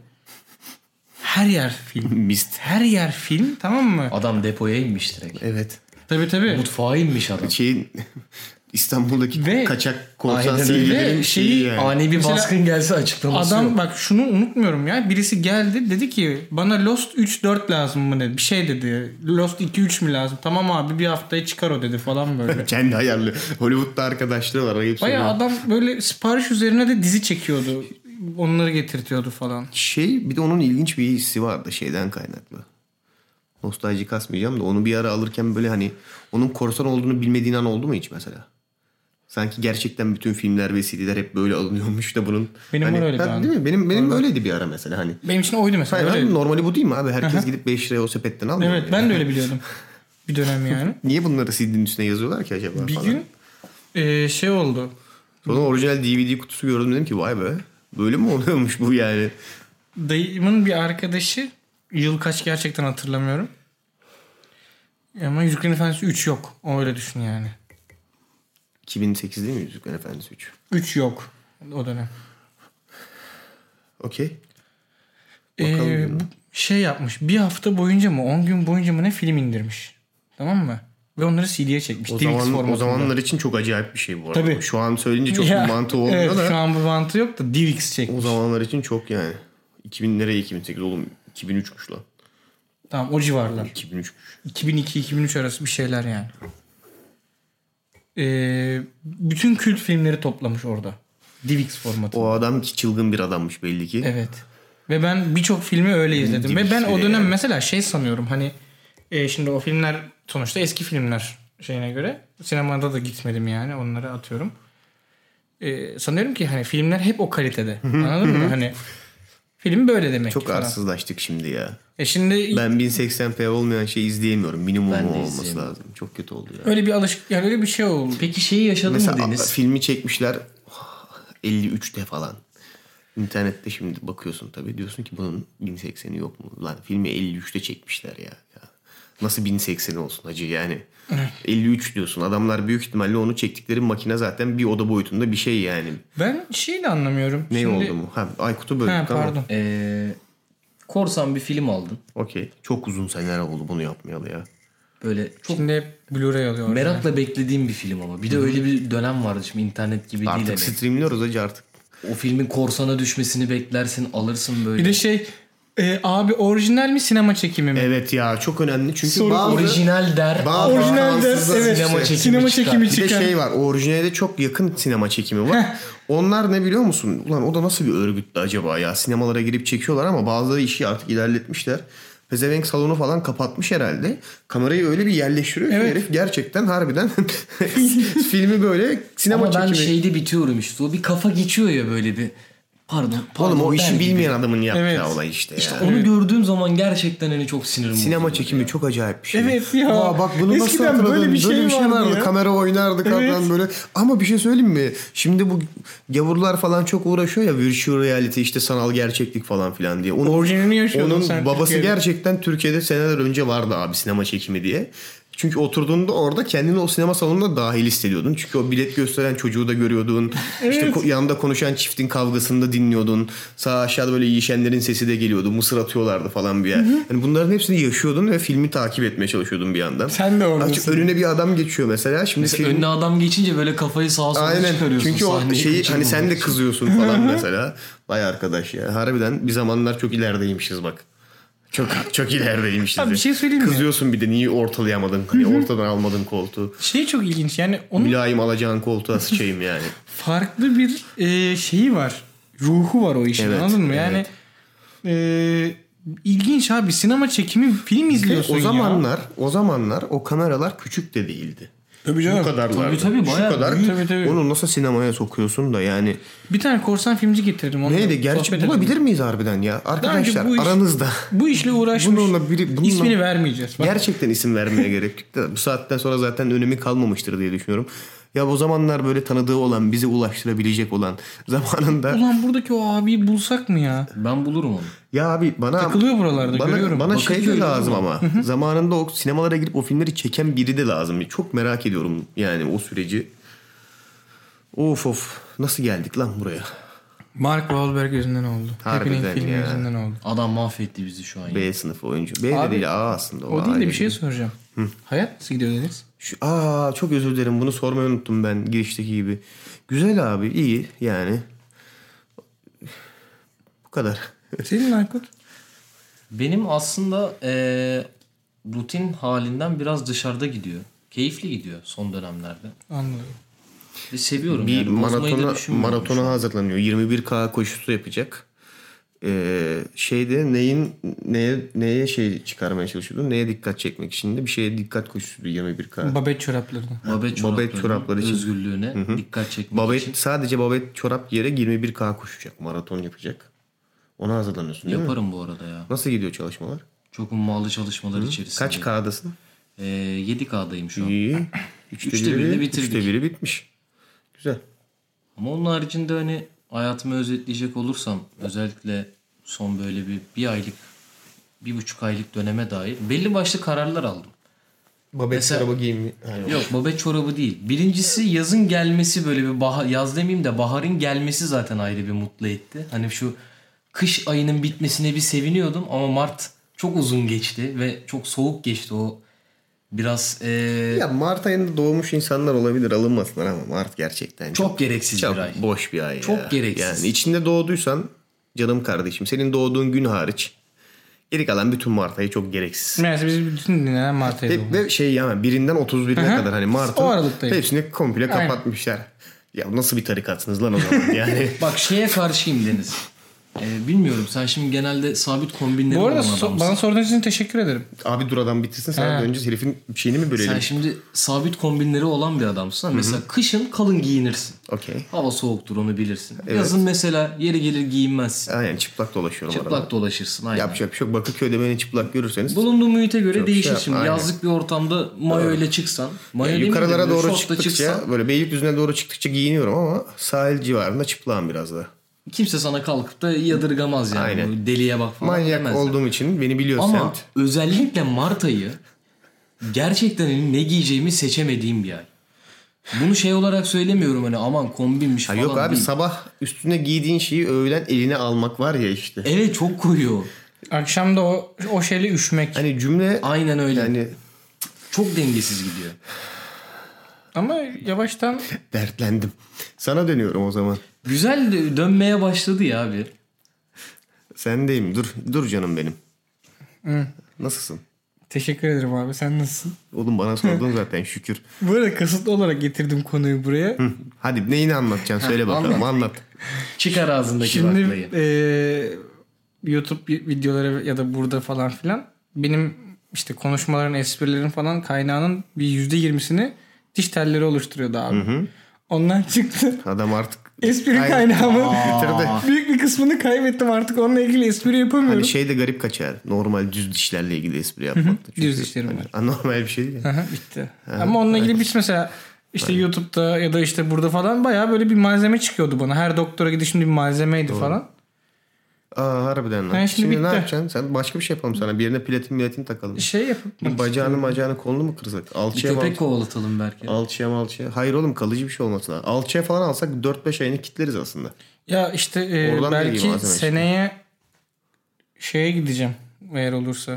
Her yer film. Mist. Her yer film tamam mı? Adam depoya inmiş direkt. Evet. Tabii tabii. Mutfağa inmiş adam. Şeyin İstanbul'daki Ve- kaçak korsan Aynen C D'lerin öyle. şeyi Şeyi- yani. Ani bir Mesela baskın gelse açıklaması Adam yok. bak şunu unutmuyorum ya. Birisi geldi dedi ki bana Lost üç dört lazım mı dedi. Bir şey dedi. Lost iki üç mü lazım? Tamam abi bir haftaya çıkar o dedi falan böyle. Kendi ayarlı. Hollywood'da arkadaşları var. Ayıp Baya söylüyorum. adam böyle sipariş üzerine de dizi çekiyordu. Onları getirtiyordu falan. Şey bir de onun ilginç bir hissi vardı şeyden kaynaklı. Nostalji kasmayacağım da onu bir ara alırken böyle hani onun korsan olduğunu bilmediğin an oldu mu hiç mesela? Sanki gerçekten bütün filmler ve C D'ler hep böyle alınıyormuş da bunun. Benim hani, var öyle bir ha, an. Değil mi? Benim benim böyleydi bir ara mesela hani. Benim için oydu mesela. Hayır öyle. abi, normali bu değil mi abi? Herkes gidip beş liraya o sepetten almıyor. Evet mu ben ya? de öyle biliyordum. Bir dönem yani. Niye bunları C D'nin üstüne yazıyorlar ki acaba Bir falan? gün e, şey oldu. Sonra orijinal D V D kutusu gördüm dedim ki vay be. Böyle mi oluyormuş bu yani? Dayımın bir arkadaşı, yıl kaç gerçekten hatırlamıyorum. Ama Yüzüklerin Efendisi üç yok. O öyle düşün yani. iki bin sekiz değil mi Yüzüklerin Efendisi üç? üç yok o dönem. Okey. Ee, Bakalım. bu şey yapmış. Bir hafta boyunca mı on gün boyunca mı ne film indirmiş. Tamam mı? Ve onları C D'ye çekmiş. O, D V X zaman, o formatında. zamanlar için çok acayip bir şey bu arada. Tabii. Şu an söyleyince çok Ya, bir mantığı olmuyor evet, da. şu an bu mantığı yok da D V X çekmiş. O zamanlar için çok yani. iki bin nereye iki bin sekiz oğlum? iki bin üçmüş lan. Tamam o civarlar. iki bin üçmüş. iki bin iki iki bin üç arası bir şeyler yani. Ee, bütün kült filmleri toplamış orada. D V X formatında. O adam ki çılgın bir adammış belli ki. Evet. Ve ben birçok filmi öyle izledim. Ve ben o dönem yani. mesela şey sanıyorum hani e, şimdi o filmler sonuçta eski filmler şeyine göre. Sinemada da gitmedim yani onları atıyorum. E, sanıyorum ki hani filmler hep o kalitede. Anladın mı? Hani film böyle demek Çok ki falan. arsızlaştık şimdi ya. E şimdi Ben bin seksen p olmayan şey izleyemiyorum. Minimum Ben de olması izleyemiyorum. lazım. Çok kötü oldu ya. öyle bir alışık yani öyle bir şey oldu. Peki şeyi yaşadın Mesela mı Deniz? filmi çekmişler elli üçte falan. İnternette şimdi bakıyorsun tabii diyorsun ki bunun bin sekseni yok mu? Lan filmi elli üçte çekmişler ya. ya. Nasıl bin sekseni olsun hacı yani. elli üç diyorsun. Adamlar büyük ihtimalle onu çektikleri makine zaten bir oda boyutunda bir şey yani. Ben şeyi de anlamıyorum. Ne Şimdi... oldu mu? Ha, Aykut'u böldük Ha, ama. pardon. Ee, korsan bir film aldın. Okey. Çok uzun seneler oldu bunu yapmayalı ya. Böyle çok Şimdi hep Blu-ray alıyor. merakla beklediğim bir film ama. Bir de öyle bir dönem vardı şimdi internet gibi değil. Artık Hani. streamliyoruz hacı artık. O filmin korsana düşmesini beklersin, alırsın böyle. Bir de şey e, abi orijinal mi sinema çekimi mi? Evet ya çok önemli çünkü Soru- bazı... Orijinal der. Bazı Orijinal der, Fransızlar evet. sinema işte. çekimi Sinema çıkar. çekimi Bir de çıkan. şey var. Orijinale de çok yakın sinema çekimi var. Onlar ne biliyor musun? Ulan o da nasıl bir örgüttü acaba ya? Sinemalara girip çekiyorlar ama bazıları işi artık ilerletmişler. Pezevenk salonu falan kapatmış herhalde. Kamerayı öyle bir yerleştiriyor ki Evet. herif gerçekten harbiden filmi böyle sinema Ama ben çekimi. şeyde bitiyorum işte. O bir kafa geçiyor ya böyle bir. Pardon. pardon Oğlum o der işi gibi. bilmeyen adamın yapacağı Evet. olay işte, İşte ya. onu gördüğüm zaman gerçekten hani çok sinirim Sinema bozuluyor çekimi ya. çok acayip bir şey. Evet ya. Aa, bak bunu nasıl Eskiden hatırladın? böyle bir şey vardı vardı. ya. Kamera oynardık Evet. falan böyle. Ama bir şey söyleyeyim mi? Şimdi bu gavurlar falan çok uğraşıyor ya virtual reality işte sanal gerçeklik falan filan diye. Onun, Orijinalini yaşıyordun onun sen babası Türkiye'de. gerçekten Türkiye'de seneler önce vardı abi sinema çekimi diye. Çünkü oturduğunda orada kendini o sinema salonuna dahil hissediyordun. Çünkü o bilet gösteren çocuğu da görüyordun. İşte ko- yanında konuşan çiftin kavgasını da dinliyordun. Sağ aşağıda böyle yiyişenlerin sesi de geliyordu. Mısır atıyorlardı falan bir yer. Yani bunların hepsini yaşıyordun ve filmi takip etmeye çalışıyordun bir yandan. Sen de oradasın. Aç- önüne bir adam geçiyor mesela. Şimdi Mesela film... önüne adam geçince böyle kafayı sağa sola Aynen. çıkarıyorsun. Çünkü o sahneyi şeyi hani kaçırmamak sen de için. kızıyorsun falan mesela. Vay arkadaş ya. Harbiden bir zamanlar çok ilerideymişiz bak. Çok çok ilerideymişiz. Abi bir şey söyleyeyim mi? Kızıyorsun bir de niye ortalayamadın? Hani ortadan almadın koltuğu. Şey çok ilginç yani onun Mülayim alacağın koltuğa sıçayım yani. farklı bir e, şeyi var. Ruhu var o işin Evet, anladın mı? Yani e, ilginç abi sinema çekimi film izliyorsun o ya. zamanlar o zamanlar o kameralar küçük de değildi. Tabii canım. Bu kadarlardı. Tabii, tabii, Şu bayağı kadar. büyük. Tabii, tabii. Onu nasıl sinemaya sokuyorsun da yani. Bir tane korsan filmci getirdim. onunla Neydi? Gerçi sohbet bulabilir edelim. miyiz harbiden ya? Arkadaşlar bu iş- aranızda. Bu işle uğraşmış. Bununla biri, bununla... İsmini vermeyeceğiz. Bak. Gerçekten isim vermeye gerek yok. Bu saatten sonra zaten önemi kalmamıştır diye düşünüyorum. Ya o zamanlar böyle tanıdığı olan, bizi ulaştırabilecek olan zamanında... Ulan buradaki o abiyi bulsak mı ya? Ben bulurum onu. Ya abi bana... Takılıyor buralarda, bana, görüyorum. Bana şey de Bakırköy'de lazım değil mi? ama. Zamanında o sinemalara girip o filmleri çeken biri de lazım. Çok merak ediyorum yani o süreci. Of of. Nasıl geldik lan buraya? Mark Wahlberg yüzünden oldu. Harbiden Hepinin filmi ya. yüzünden oldu. Adam mahvetti bizi şu an. ya. B sınıfı oyuncu. B de Abi, değil A aslında. O değil de A bir şey soracağım. Hayat nasıl gidiyor Deniz? Şu, aa çok özür dilerim, bunu sormayı unuttum ben girişteki gibi. Güzel abi, iyi yani. Bu kadar. Senin Aykut? Benim aslında eee, rutin halinden biraz dışarıda gidiyor. Keyifli gidiyor son dönemlerde. Anladım. Ve seviyorum Bir yani. Bozmayı da maratona, düşünmüyorum şu maratona an. hazırlanıyor. yirmi bir K koşusu yapacak. Ee, şeyde neyin neye neye şey çıkarmaya çalışıyordu? Neye dikkat çekmek için de bir şeye dikkat koşusuydu yirmi bir K. Babet çoraplarını. Babet Babet çoraplarının çorapları için. özgürlüğüne dikkat çekmek Babet, için sadece babet çorap yere yirmi bir K koşacak. Maraton yapacak. Ona hazırlanıyorsun değil mi? yaparım bu arada ya. Nasıl gidiyor çalışmalar? Çok ummalı çalışmalar içerisinde. Kaç K'dasın? Eee yedi K'dayım şu an. İyi. Üçte, Üçte biri, birini bitirdik. Üçte biri bitmiş. Güzel. Ama onun haricinde hani hayatımı özetleyecek olursam özellikle son böyle bir, bir aylık bir buçuk aylık döneme dair belli başlı kararlar aldım. Babet Mesela- çorabı giyimi. Yok babet çorabı değil. Birincisi yazın gelmesi, böyle bir bahar, yaz demeyeyim de baharın gelmesi zaten ayrı bir mutlu etti. Hani şu kış ayının bitmesine bir seviniyordum ama Mart çok uzun geçti ve çok soğuk geçti o biraz eee, Ya Mart ayında doğmuş insanlar olabilir, alınmasınlar ama Mart gerçekten çok, çok gereksiz çok bir ay. boş bir ay ya. Çok gereksiz. Yani içinde doğduysan canım kardeşim, senin doğduğun gün hariç geri kalan bütün Mart ayı çok gereksiz. Meğerse biz bütün dinlenen Mart ayı Hep doğumlu. ve şey yani birinden otuz birine Aha. kadar hani Mart'ın O aralıktayım. hepsini komple Aynen. kapatmışlar. Ya nasıl bir tarikatsınız lan o zaman yani. Bak şeye karşıyım Deniz. Ee, bilmiyorum sen şimdi genelde sabit kombinleri Bu arada olan so- adamsın. bana sorduğunuz için teşekkür ederim. Abi dur adam bitirsin, sen He. önce herifin şeyini mi bölelim? Sen şimdi sabit kombinleri olan bir adamsın. Mesela kışın kalın giyinirsin. Okey. Hava soğuktur onu bilirsin. Yazın mesela yeri gelir giyinmezsin. Aynen çıplak dolaşıyorum Çıplak arada. dolaşırsın aynen. Yapacak bir şey yok. Bakırköy'de beni çıplak görürseniz Bulunduğun muhite göre Çok değişir şey şimdi. yapma, Yazlık bir ortamda mayo ile çıksan. Mayo yani demeyeyim de yukarılara böyle doğru şortla çıktıkça çıksan, böyle Beylikdüzü'ne doğru çıktıkça giyiniyorum ama sahil civarında çıplağım biraz da. kimse sana kalkıp da yadırgamaz yani. Aynen. Bu deliye bak falan Manyak demezler. olduğum için beni biliyor Ama semt. özellikle Mart ayı gerçekten ne giyeceğimi seçemediğim bir ay. Bunu şey olarak söylemiyorum hani aman kombinmiş Ha falan yok abi, değil. sabah üstüne giydiğin şeyi öğlen eline almak var ya işte. Evet çok koyuyor. Akşam da o, o şeyle üşümek. Hani cümle Aynen öyle. yani Çok dengesiz gidiyor. Ama yavaştan dertlendim. Sana dönüyorum o zaman. Güzel de dönmeye başladı ya abi. Sendeyim. Dur dur canım benim. Nasılsın? teşekkür ederim abi. Sen nasılsın? Oğlum bana sordun zaten şükür. Bu arada kasıtlı olarak getirdim konuyu buraya. Hı. Hadi neyini anlatacaksın söyle bakalım, anlat. Çıkar ağzındaki Şimdi baklayı. eee, YouTube videoları ya da burada falan filan benim işte konuşmaların, esprilerin falan kaynağının bir yüzde yirmisini diş telleri oluşturuyordu abi. Ondan çıktı. Adam artık Espri Kay- kaynağımı bitirdi. büyük bir kısmını kaybettim artık. Onunla ilgili espri yapamıyorum. Hani şey de garip kaçar. Normal düz dişlerle ilgili espri yapmakta. Çünkü Düz dişlerim hani var. anormal bir şey değil. Aha, bitti. Ama onunla ilgili biz mesela işte YouTube'da ya da işte burada falan bayağı böyle bir malzeme çıkıyordu bana. Her doktora gidişim bir malzemeydi falan. Aa harbiden lan. Ha, şimdi şimdi ne bitti. yapacaksın? Sen başka bir şey yapalım sana. Bir yerine platin platin takalım. Şey yapıp Bir bacağını macağını kolunu mu kırsak? Bir Alçıya köpek mal- kovalatalım belki. Alçıya malçıya. Hayır oğlum, kalıcı bir şey olması lazım. Alçıya falan alsak dört beş ayını kitleriz aslında. ya işte e, Oradan da iyi belki malzeme işte. seneye şeye gideceğim eğer olursa.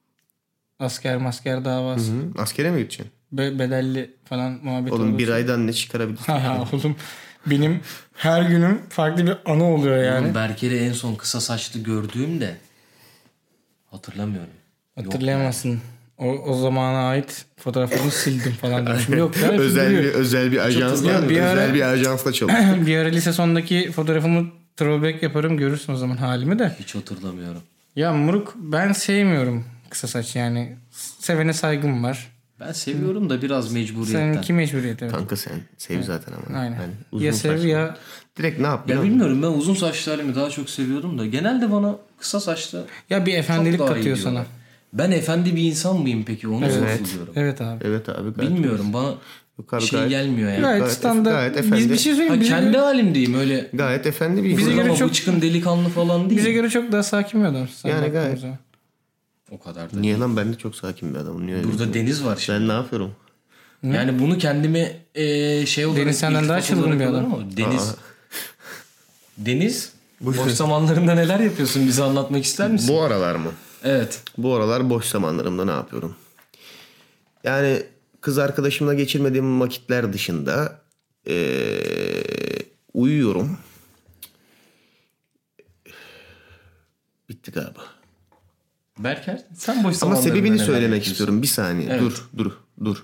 Asker masker davası. Hı? Askere mi gideceksin? Be- bedelli falan muhabbet Oğlum olursa. bir aydan ne çıkarabilirsin? Ha oğlum benim her günüm farklı bir anı oluyor yani. Oğlum Berker'i en son kısa saçlı gördüğümde hatırlamıyorum. Yok Hatırlayamazsın. O, o zamana ait fotoğraflarını sildim falan demişim. Yok ya. özel duruyor. bir özel bir ajansla Ya bir ara- özel bir ajansla çalışıyor. Bir ara lise sondaki fotoğrafımı throwback yaparım, görürsün o zaman halimi de. Hiç hatırlamıyorum. Ya moruk ben sevmiyorum kısa saç yani. Sevene saygım var. Ben seviyorum da biraz mecburiyetten. Seninki mecburiyet evet. Kanka sen sev zaten ama. Aynen. Yani uzun Ya sev saçlı. ya Direkt ne yap? Ya biliyor musun? bilmiyorum, ben uzun saçlı halimi daha çok seviyordum da genelde bana kısa saçlı ya bir çok efendilik daha iyi katıyor diyorlar. sana. Ben efendi bir insan mıyım peki, onu Evet. sorguluyorum. Evet abi. Evet abi. Gayet Bilmiyorum, bana Yukarı şey gayet- gelmiyor yani. Gayet, Gayet- standart. gayet Biz efendi. bir şey söyleyeyim. Ha, Bize, kendi göre, halimdeyim öyle. Gayet efendi bir Bize insan. göre Ama çok- bıçkın delikanlı falan değil. bize göre çok daha sakin bir adamsın. Yani sen gayet. baktığın zaman. O kadar da. Niye lan, ben de çok sakin bir adamım. Niye öyle Burada diyorsun? Deniz var şimdi. Ben ne yapıyorum? Yani bunu kendime e, şey olarak Deniz senden iltifat daha çılgın olarak bir adam. alırım ama Deniz Deniz, boş zamanlarında neler yapıyorsun? Bize anlatmak ister misin? Bu aralar mı? Evet. Bu aralar boş zamanlarımda ne yapıyorum? Yani kız arkadaşımla geçirmediğim vakitler dışında ee, uyuyorum. Bitti galiba. Berker, sen boş Ama zamanlarında sebebini neler söylemek yapıyorsun? istiyorum. Bir saniye. Evet. Dur, dur, dur.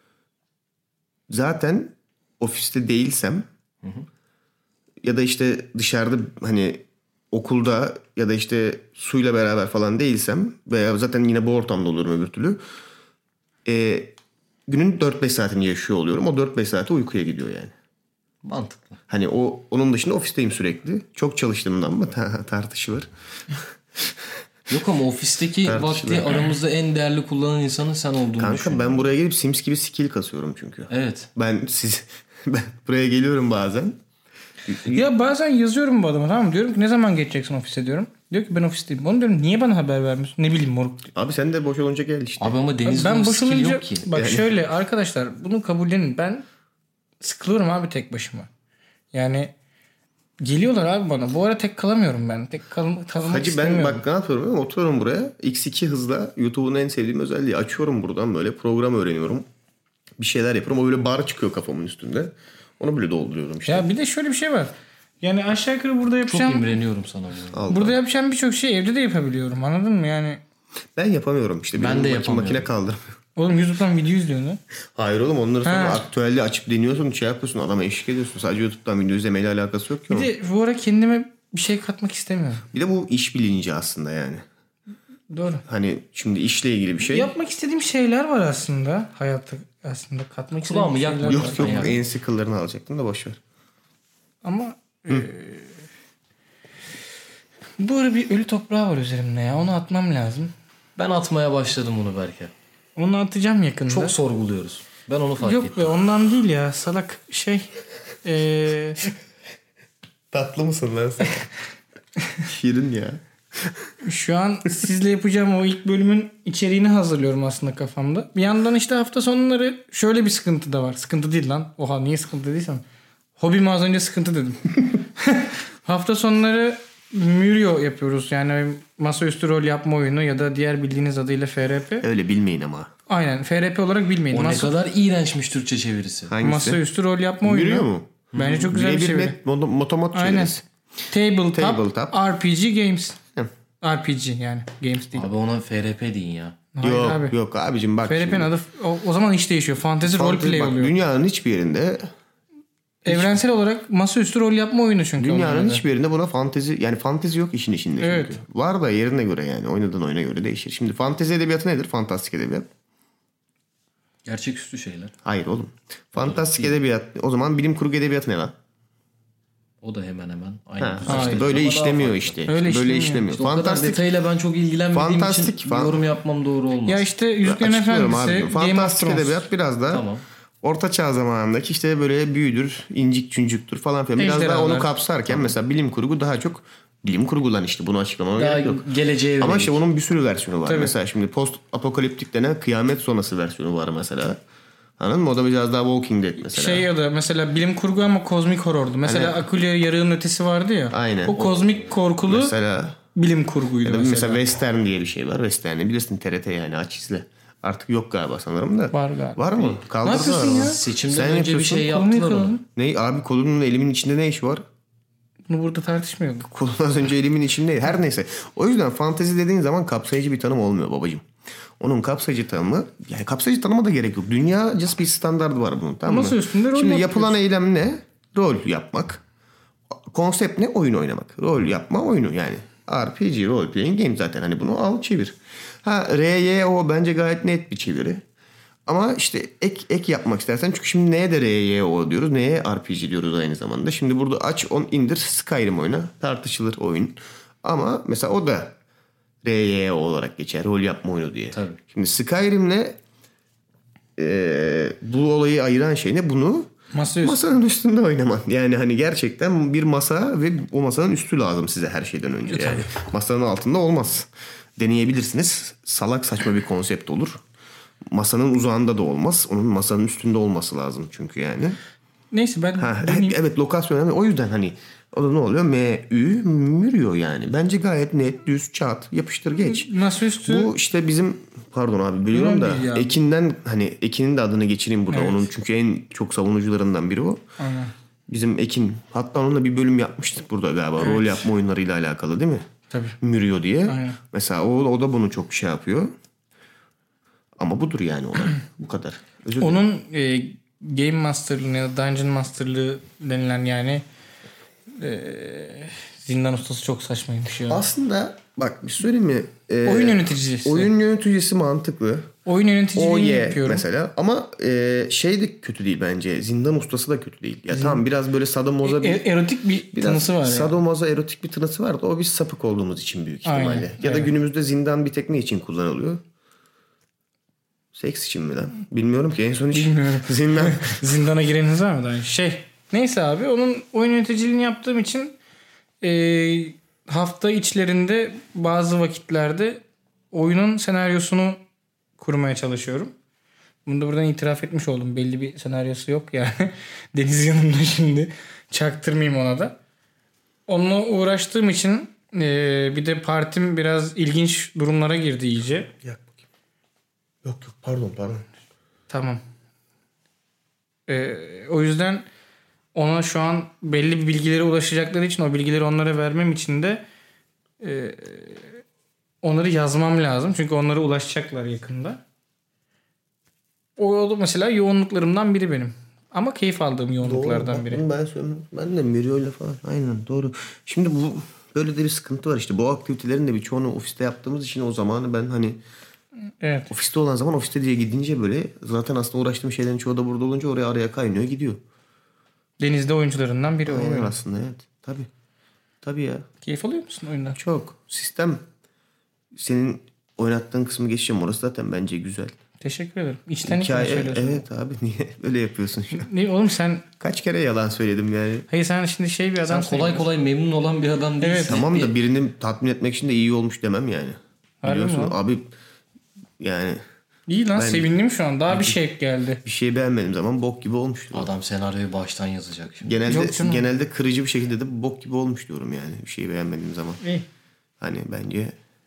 Zaten ofiste değilsem hı hı. ya da işte dışarıda hani okulda ya da işte suyla beraber falan değilsem veya zaten yine bu ortamda olurum öbür türlü. E, günün dört beş saatini yaşıyor oluyorum. O dört beş saati uykuya gidiyor yani. Mantıklı. Hani o onun dışında ofisteyim sürekli. Çok çalıştığımdan mı tartışılır. Yok ama ofisteki vakti aramızda en değerli kullanan insanın sen olduğunu Kanka düşünüyorum. ben buraya gelip Sims gibi skill kasıyorum çünkü. Evet. Ben siz ben buraya geliyorum bazen. Ya bazen yazıyorum bu adama, tamam mı? Diyorum ki ne zaman geçeceksin ofise diyorum. Diyor ki ben ofisteyim. Onu diyorum niye bana haber vermiyorsun? Ne bileyim moruk. Abi sen de boş olunca gel işte. Abi ama Deniz'de Ben o boş skill olunca yok ki. bak Yani. şöyle arkadaşlar bunu kabullenin. Ben sıkılıyorum abi tek başıma. Yani geliyorlar abi bana. Bu ara tek kalamıyorum ben. Tek kal kalmak Hacı istemiyorum. ben bak ne yapıyorum biliyor musun? Oturuyorum buraya. iks iki hızla YouTube'un en sevdiğim özelliği. Açıyorum buradan böyle program öğreniyorum. Bir şeyler yapıyorum. O böyle bar çıkıyor kafamın üstünde. Onu böyle dolduruyorum işte. Ya bir de şöyle bir şey var. Yani aşağı yukarı burada Çok yapacağım. imreniyorum sana. Al, Burada al. yapacağım birçok şey evde de yapabiliyorum. Anladın mı? Yani Ben yapamıyorum işte. Ben Benim de makine- yapamıyorum. Makine kaldırmıyor. oğlum YouTube'dan video izliyorsun ha. Hayır oğlum onları sonra Ha. aktüelli açıp deniyorsun. Şey yapıyorsun adama eşlik ediyorsun. Sadece YouTube'dan video izlemeyle alakası yok ki. Bir onun. de bu ara kendime bir şey katmak istemiyorum. Bir de bu iş bilinci aslında yani. Doğru. Hani şimdi işle ilgili bir şey. Yapmak istediğim şeyler var aslında. Hayatta aslında katmak istediğim Kulağımı şeyler yakma. var. Yok yok Yani. en sıkılarını alacaktım da boş ver. Ama e, bu ara bir ölü toprağı var üzerimde ya. Onu atmam lazım. Ben atmaya başladım bunu Berker. Onu atacağım yakında. Çok sorguluyoruz. Ben onu fark Yok ettim. be ondan değil ya. Salak şey. E, Tatlı mısın lan sen? Şirin ya. şu an sizle yapacağım o ilk bölümün içeriğini hazırlıyorum aslında kafamda. Bir yandan işte hafta sonları şöyle bir sıkıntı da var. Sıkıntı değil lan. Oha niye sıkıntı dediysem. Hobim az önce sıkıntı dedim. Hafta sonları Mürio yapıyoruz. Yani masaüstü rol yapma oyunu ya da diğer bildiğiniz adıyla F R P. Öyle bilmeyin ama. Aynen F R P olarak bilmeyin. O ne Masa, kadar iğrençmiş Türkçe çevirisi. Hangisi? masaüstü rol yapma oyunu. Yürüyor mu? Bence çok güzel bir Birebir şey. met, moto- motomot Aynen. çevirisi. Tabletop, Tabletop. R P G Games. Hı. R P G yani. Games değil. Abi ona F R P deyin ya. Hayır yok abi. yok abicim bak. F R P'nin şimdi. adı o, o zaman iş değişiyor. Fantasy Fantezi- Roleplay bak, oluyor. Dünyanın hiçbir yerinde Evrensel olarak masaüstü rol yapma oyunu çünkü. onun dünyanın adı. hiçbir yerinde buna fantezi yani fantezi yok işin içinde çünkü. Evet. Var da yerine göre yani oynadığın oyuna göre değişir. Şimdi fantezi edebiyatı nedir? Fantastik edebiyat. Gerçeküstü şeyler. Hayır oğlum. Fantastik edebiyat o zaman bilim kurgu edebiyatı ne lan? O da hemen hemen aynı. Ha, düzeyde. işte böyle Ama daha işlemiyor farklı. işte. Öyle böyle işlemiyor. işlemiyor. İşte o kadar fantastik detayıyla ben çok ilgilenmediğim Fantastik için fan- yorum yapmam doğru olmaz. Ya işte Yüzüklerin açıklıyorum Efendisi, abicim. Game of Fantastik Thrones. edebiyat biraz da Tamam. Orta Çağ zamanındaki işte böyle büyüdür, incik cüncüktür falan filan. Biraz daha Ejderhalar. onu kapsarken mesela bilim kurgu daha çok bilim kurgu lan işte bunu açıklamama Daha gerek yok. geleceğe Ama yönelik. işte bunun bir sürü versiyonu var. Tabii. Mesela şimdi post apokaliptik denen kıyamet sonrası versiyonu var mesela. Anladın mı? O da biraz daha Walking Dead mesela. Şey ya da mesela bilim kurgu ama kozmik horordu. Mesela Aynen. Akulya Yarığın Ötesi vardı ya. Aynen. O kozmik korkulu Mesela bilim kurguydu ya da mesela. mesela Western diye bir şey var. Western'i bilirsin T R T yani aç izle. Artık yok galiba sanırım da. Var galiba. Var mı? Kaldırdılar yapıyorsun mı? ya? Seçimden Sen önce bir yapıyorsun, şey Konuyu yaptılar onu. yıkadın. Ne abi kolunun elimin içinde ne iş var? Bunu burada tartışmıyoruz. Kolun az önce elimin içindeydi. Her neyse. O yüzden fantezi dediğin zaman kapsayıcı bir tanım olmuyor babacığım. Onun kapsayıcı tanımı, yani kapsayıcı tanıma da gerek yok. Dünyaca bir standardı var bunun, tamam mı? Masa üstünde rol Şimdi yapıyorsun. yapılan eylem ne? Rol yapmak. Konsept ne? Oyun oynamak. Rol yapma oyunu yani. R P G, role playing game zaten. Hani bunu al çevir. Ha R Y O bence gayet net bir çeviri. Ama işte ek ek yapmak istersen çünkü şimdi neye de R Y O diyoruz, neye R P G diyoruz aynı zamanda. Şimdi burada aç on indir Skyrim oyna, tartışılır oyun. Ama mesela o da R Y O olarak geçer, rol yapma oyunu diye. Tabii. Şimdi Skyrim'le e, bu olayı ayıran şey ne? Bunu Masa üstü. masanın üstünde oynaman. Yani hani gerçekten bir masa ve o masanın üstü lazım size her şeyden önce. Yani masanın altında olmaz. Deneyebilirsiniz. Salak saçma bir konsept olur. Masanın uzağında da olmaz. Onun masanın üstünde olması lazım çünkü yani. Neyse ben Ha, deneyeyim. evet lokasyon önemli. O yüzden hani o da ne oluyor? M, Ü, Mürüyor yani. Bence gayet net, düz, çat, yapıştır geç. Masaüstü. Bu işte bizim pardon abi biliyorum da Önemli ya. Ekin'den hani Ekin'in de adını geçireyim burada. Evet. Onun çünkü en çok savunucularından biri o. Aynen. Bizim Ekin. Hatta onunla bir bölüm yapmıştık burada galiba. Evet. Rol yapma oyunlarıyla alakalı değil mi? Tabii. Mürüyor diye. Aynen. Mesela o, o da bunu çok şey yapıyor. Ama budur yani olay. Bu kadar. Özür dilerim. Onun e, Game Master'lığı ya da Dungeon Master'lığı denilen yani e, zindan ustası çok saçmaymış ya. Aslında bak bir şey söyleyeyim mi? Ee, Oyun yöneticisi. Oyun yöneticisi mantıklı. Oyun yöneticiliğini O ye yapıyorum. mesela. Ama e, şey de kötü değil bence. Zindan ustası da kötü değil. Ya tamam biraz böyle sadomoza E, bir... erotik bir Biraz tanısı var ya. sadomoza erotik bir tınısı var da o biz sapık olduğumuz için büyük ihtimalle. Aynen, Ya da evet. günümüzde zindan bir tek ne için kullanılıyor? Seks için mi lan? Bilmiyorum ki en son hiç. Bilmiyorum. Zindan. Zindana gireniniz var mı daha önce? Şey. Neyse abi onun oyun yöneticiliğini yaptığım için e, hafta içlerinde bazı vakitlerde oyunun senaryosunu kurmaya çalışıyorum. Bunu da buradan itiraf etmiş oldum. Belli bir senaryosu yok yani. Deniz yanımda şimdi. Çaktırmayayım ona da. Onunla uğraştığım için e, bir de partim biraz ilginç durumlara girdi iyice. Yak bakayım. Yok yok pardon pardon. Tamam. Ee, o yüzden ona şu an belli bir bilgilere ulaşacakları için o bilgileri onlara vermem için de e, onları yazmam lazım. Çünkü onlara ulaşacaklar yakında. O da mesela yoğunluklarımdan biri benim. Ama keyif aldığım yoğunluklardan Doğru, biri. bak, ben söylüyorum. Ben de Mürüyor'la falan. Aynen doğru. Şimdi bu böyle de bir sıkıntı var işte. Bu aktivitelerin de birçoğunu ofiste yaptığımız için o zamanı ben hani Evet. ofiste olan zaman ofiste diye gidince böyle zaten aslında uğraştığım şeylerin çoğu da burada olunca oraya araya kaynıyor gidiyor. Denizde oyuncularından biri o. Aynen oyun. aslında evet. Tabii. Tabii ya. Keyif alıyor musun oyundan? Çok. Sistem senin oynattığın kısmı geçeceğim. Orası zaten bence güzel. Teşekkür ederim. İçten içe Hikaye, söylüyorsun. evet abi niye öyle yapıyorsun şu an? Ne, oğlum sen Kaç kere yalan söyledim yani. hayır sen şimdi şey bir adam Sen kolay kolay memnun olan bir adam değilsin. Evet. Tamam da birini tatmin etmek için de iyi olmuş demem yani. Harbi mi Biliyorsun lan? abi yani İyi lan Ben- sevindim şu an. Daha bir şevk geldi. bir şey beğenmediğim zaman bok gibi olmuştur. Adam senaryoyu baştan yazacak şimdi. Genelde Yok canım. genelde kırıcı bir şekilde de bok gibi olmuş diyorum yani. Bir şeyi beğenmediğim zaman. İyi. Hani bence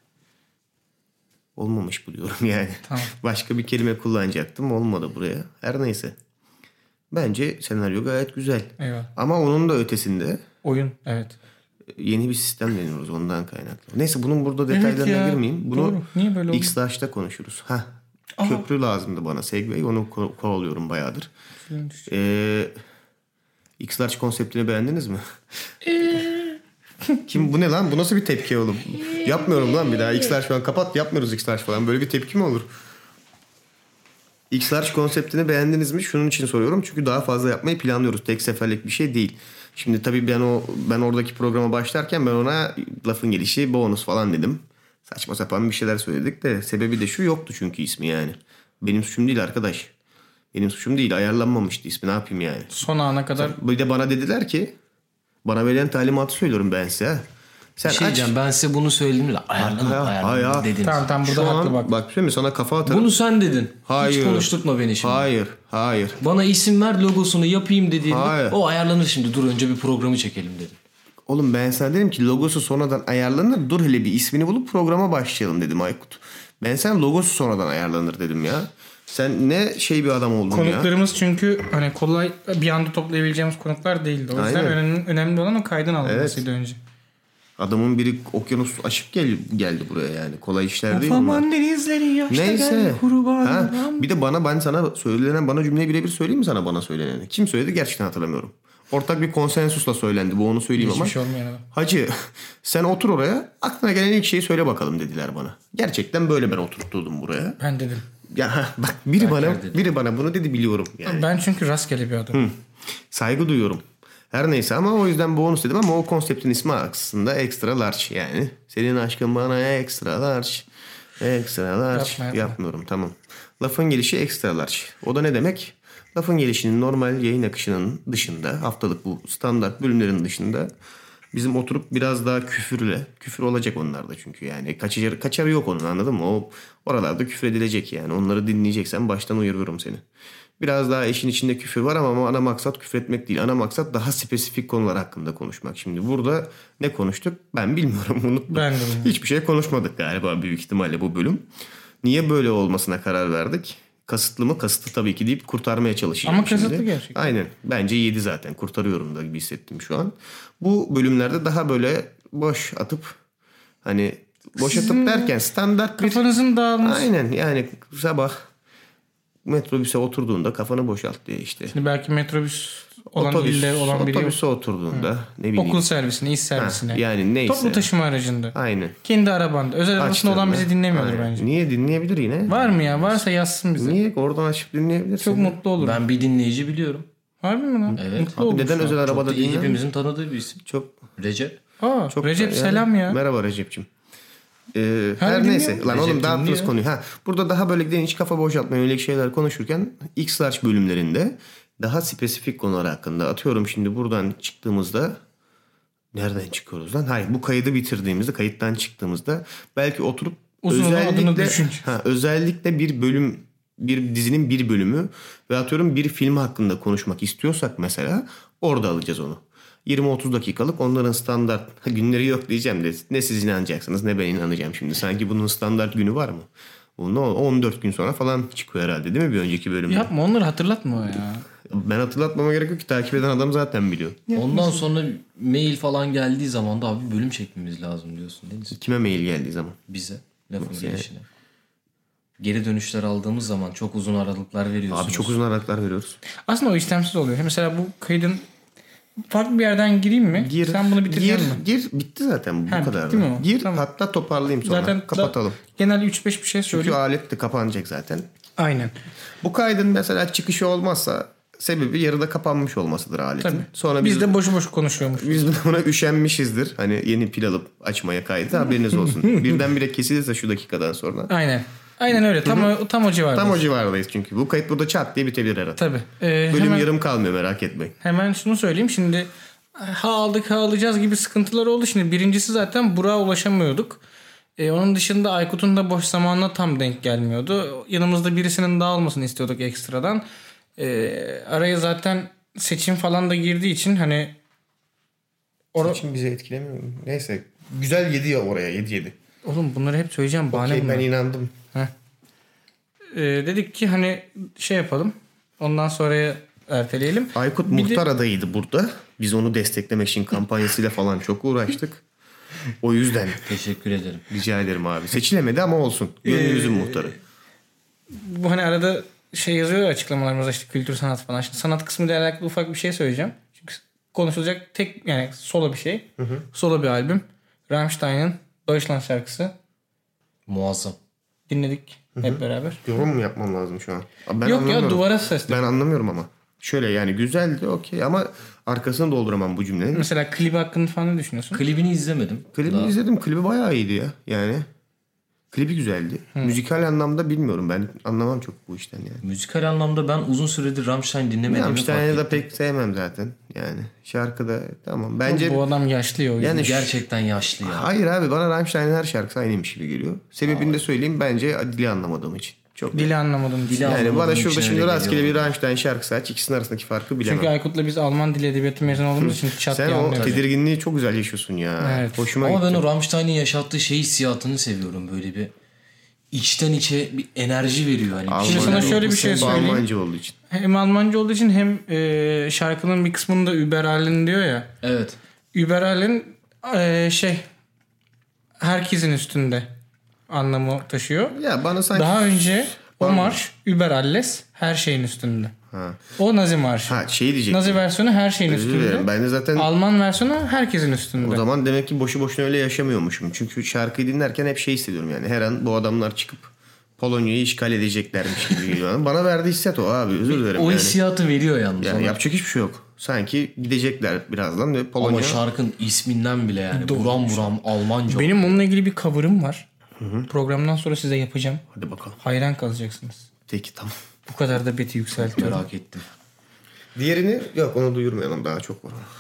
olmamış buluyorum yani. Tamam. Başka bir kelime kullanacaktım. Olmadı buraya. Her neyse. Bence senaryo gayet güzel. Eyvallah. Ama onun da ötesinde Oyun. Evet. yeni bir sistem deniyoruz ondan kaynaklı. Neyse bunun burada detaylarına ya, girmeyeyim. Bunu doğru. Niye böyle oldu? X-Lash'ta konuşuruz. Heh. Köprü lazımdı bana Segway. Onu ko- kovalıyorum bayağıdır. Ee, X-Large konseptini beğendiniz mi? Kim bu ne lan? Bu nasıl bir tepki oğlum? Yapmıyorum lan bir daha. X-Large falan kapat yapmıyoruz X-Large falan. Böyle bir tepki mi olur? X-Large konseptini beğendiniz mi? Şunun için soruyorum. Çünkü daha fazla yapmayı planlıyoruz. Tek seferlik bir şey değil. Şimdi tabii ben o ben oradaki programa başlarken ben ona lafın gelişi bonus falan dedim. Saçma sapan bir şeyler söyledik de sebebi de şu yoktu çünkü ismi yani. Benim suçum değil arkadaş. Benim suçum değil. Ayarlanmamıştı ismi. Ne yapayım yani? Son ana kadar Bir de bana dediler ki bana verilen talimatı söylüyorum ben size. ha. Sen Bir şey aç. diyeceğim ben size bunu söyledim de ayarlanıp Ha, ha, ayarlanıp ha. dediniz. tamam tamam burada Şu haklı an bak. bak söyleyeyim mi sana kafa atarım. Bunu sen dedin. Hayır. Hiç konuşturtma beni şimdi. Hayır. Hayır. Bana isim ver logosunu yapayım dediğinde Hayır. o ayarlanır şimdi dur önce bir programı çekelim dedin. Oğlum ben sana dedim ki logosu sonradan ayarlanır. Dur hele bir ismini bulup programa başlayalım dedim Aykut. Ben sen logosu sonradan ayarlanır dedim ya. Sen ne şey bir adam oldun ya. Konuklarımız çünkü hani kolay bir anda toplayabileceğimiz konuklar değildi. O yüzden Aynen. önemli, önemli olan o kaydın alınmasıydı önce. Adamın biri okyanus aşıp gel, geldi buraya yani. Kolay işler değil bunlar. Aman denizleri yaşta Neyse. geldi kurban. Ha, bir de bana ben sana söylenen bana cümleyi birebir söyleyeyim mi sana bana söyleneni? Kim söyledi gerçekten hatırlamıyorum. Ortak bir konsensusla söylendi. Bu onu söyleyeyim ama. Hiçbir şey olmayan adam. Hacı sen otur oraya aklına gelen ilk şeyi söyle bakalım dediler bana. Gerçekten böyle ben oturtturdum buraya. Ben dedim. Ya ha, bak biri bana dedim. biri bana bunu dedi biliyorum yani. Ben çünkü rastgele bir adamım. Saygı duyuyorum. Her neyse ama o yüzden bonus dedim ama o konseptin ismi aslında extra large yani. Senin aşkın bana extra large. Extra large. Yapma, yapma. Yapmıyorum tamam. Lafın gelişi extra large. O da ne demek? Lafın gelişinin normal yayın akışının dışında haftalık bu standart bölümlerin dışında Bizim oturup biraz daha küfürle, küfür olacak onlarda çünkü yani kaçarı, kaçarı yok onun, anladın mı? O oralarda küfür edilecek yani. Onları dinleyeceksen baştan uyarıyorum seni. Biraz daha işin içinde küfür var ama ana maksat küfür etmek değil. Ana maksat daha spesifik konular hakkında konuşmak. Şimdi burada ne konuştuk ben bilmiyorum, unuttum. Ben de bilmiyorum. Hiçbir şey konuşmadık galiba büyük ihtimalle bu bölüm. Niye böyle olmasına karar verdik? Kasıtlı mı? Kasıtlı tabii ki deyip kurtarmaya çalışacağım Ama şimdi. kasıtlı gerçekten. Aynen. Bence yedi zaten. Kurtarıyorum da gibi hissettim şu an. Bu bölümlerde daha böyle boş atıp hani boş Sizin atıp derken standart bir... Kafanızın dağılması. Aynen yani sabah metrobüse oturduğunda kafanı boşalt diye işte. Şimdi belki metrobüs olan Otobüs, ilde olan biri yok. otobüse oturduğunda ne bileyim. Okul servisine, iş servisine. Ha, yani neyse. Toplu taşıma aracında. Aynen. Kendi arabanda. Özel arabasında olan Açtığında. bizi dinlemiyordur Aynen. bence. Niye dinleyebilir yine? Var mı ya? Varsa yazsın bize. Niye? Oradan açıp dinleyebilirsin. Çok mutlu olurum. Ben bir dinleyici biliyorum. Harbi mi lan? Evet. Mutlu Abi oldum neden şu an. özel Çok arabada da iyi, dinler? hepimizin tanıdığı bir isim. Çok Recep. Aa, çok Recep yani- selam ya. Merhaba Recep'ciğim. Ee, Her her dinliyor. neyse. Lan Recep oğlum dağıtırız dinliyor. konuyu. Ha, burada daha böyle geniş kafa boşaltma yönelik şeyler konuşurken X-Large bölümlerinde daha spesifik konular hakkında atıyorum şimdi buradan çıktığımızda nereden çıkıyoruz lan? Hayır, bu kaydı bitirdiğimizde, kayıttan çıktığımızda belki oturup Uzun olan adını özellikle düşüneceğiz. ha, özellikle bir bölüm, bir dizinin bir bölümü ve atıyorum bir film hakkında konuşmak istiyorsak mesela orada alacağız onu. yirmi otuz dakikalık onların standart günleri yok diyeceğim de ne siz inanacaksınız ne ben inanacağım şimdi. Sanki bunun standart günü var mı? Bu on dört gün sonra falan çıkıyor herhalde değil mi bir önceki bölümde? Yapma onları hatırlatma ya. Ben hatırlatmama gerek yok ki, takip eden adam zaten biliyor. Ondan sonra mail falan geldiği zaman da abi bölüm çekmemiz lazım diyorsun Deniz. Kime mail geldiği zaman? Bize. Lafın Nasıl yani? gelişine. Geri dönüşler aldığımız zaman çok uzun aralıklar veriyorsunuz. Abi çok uzun aralıklar veriyoruz. Aslında o istemsiz oluyor. Mesela bu kaydın farklı bir yerden gireyim mi? Gir, Sen bunu bitirecek gir, misin? Gir, bitti zaten bu Ha, kadar. bitti mi o? Gir, Tamam. hatta toparlayayım sonra. Zaten kapatalım. da- genelde üç beş bir şey Çünkü söyleyeyim. alet de kapanacak zaten. Aynen. Bu kaydın mesela çıkışı olmazsa sebebi yarıda kapanmış olmasıdır aletin. Tabii. Sonra biz, biz, de boşu boşu konuşuyormuş. biz buna üşenmişizdir. Hani yeni pil alıp açmaya kaydı, haberiniz olsun. Birdenbire kesilirse şu dakikadan sonra. Aynen. Aynen öyle. Tam o, tam o civarda. Tam o civardayız çünkü. Bu kayıt burada çat diye bitebilir herhalde. Tabii. Ee, Bölüm hemen, yarım kalmıyor, merak etmeyin. hemen şunu söyleyeyim. Şimdi ha aldık ha alacağız gibi sıkıntılar oldu. Şimdi birincisi zaten Burak'a ulaşamıyorduk. Ee, onun dışında Aykut'un da boş zamanına tam denk gelmiyordu. Yanımızda birisinin daha olmasını istiyorduk ekstradan. Ee, araya zaten seçim falan da girdiği için hani or- Seçim bizi etkilemiyor mu? Neyse. Güzel yedi ya oraya. Yedi yedi. Oğlum bunları hep söyleyeceğim. Bahane Okey, bunlar. ben inandım. Heh. Ee, dedik ki hani şey yapalım. Ondan sonraya erteleyelim. Aykut Bir de- muhtar adayıydı burada. Biz onu desteklemek için kampanyasıyla falan çok uğraştık. O yüzden Teşekkür ederim. rica ederim abi. Seçilemedi ama olsun. Gönlümüzün muhtarı. Bu hani arada şey yazıyor ya açıklamalarımızda işte kültür sanat falan. Şimdi sanat kısmıyla alakalı ufak bir şey söyleyeceğim. Çünkü konuşulacak tek yani solo bir şey. Solo bir albüm. Rammstein'ın Deutschland şarkısı. Muazzam. Dinledik hep beraber. Yorum mu yapmam lazım şu an? Abi ben Yok ya anlamıyorum. duvara sesli. Ben anlamıyorum ama. Şöyle yani güzeldi okey ama arkasını dolduramam bu cümlenin. Mesela klibi hakkında falan ne düşünüyorsun? Klibini izlemedim. Klibi Daha. izledim. Klibi bayağı iyiydi ya. Yani klibi güzeldi. Müzikal anlamda bilmiyorum. Ben anlamam çok bu işten yani. Müzikal anlamda ben uzun süredir Rammstein dinlemediğimi fark Rammstein'i ettim. de pek sevmem zaten. Yani şarkıda tamam. Bence Bu adam yaşlı ya o yüzden. yani şu- Gerçekten yaşlı ya. hayır abi, bana Rammstein'in her şarkısı aynıymış gibi geliyor. Sebebini de söyleyeyim, bence dili anlamadığım için. Çok Dili anlamadım. Dili yani anlamadığım bana için şurada öyle şimdi rastgele geliyor. bir Rammstein şarkısı aç, ikisinin arasındaki farkı bilemem. Çünkü Aykut'la biz Alman dili edebiyatı mezun olduğumuz için çat Sen diye o anlıyoruz. tedirginliği çok güzel yaşıyorsun ya. Evet. Hoşuma Ama gitti. ben o Rammstein'in yaşattığı şey hissiyatını seviyorum. Böyle bir içten içe bir enerji veriyor. Hani bir Almanca Şimdi sana şeyler şöyle bir olması- şey Bu söyleyeyim. Almanca olduğu için. Hem Almanca olduğu için hem e, şarkının bir kısmında Überallen diyor ya. Evet. Überallen e, şey herkesin üstünde anlamı taşıyor. Ya bana sanki... Daha önce o Pardon. marş Überalles her şeyin üstünde. Ha. O Nazi marşı. Ha şey diyecektim. Nazi versiyonu her şeyin Özür dilerim. üstünde. Ben de zaten Alman versiyonu herkesin üstünde. o zaman demek ki boşu boşuna öyle yaşamıyormuşum. Çünkü şarkıyı dinlerken hep şey hissediyorum yani. Her an bu adamlar çıkıp Polonya'yı işgal edeceklermiş gibi geliyor. Bana verdiği hissiyat o abi. Özür dilerim O yani. hissiyatı veriyor yalnız. Yani ona. yapacak hiçbir şey yok. Sanki gidecekler birazdan ve Polonya... Ama şarkının isminden bile yani buram buram Almanca. Benim onunla ilgili bir cover'ım var. Programdan sonra size yapacağım. Hadi bakalım. Hayran kalacaksınız. Peki tamam. Bu kadar da beti yükseltiyorum. Merak ettim. Diğerini yok, onu duyurmayalım, daha çok var.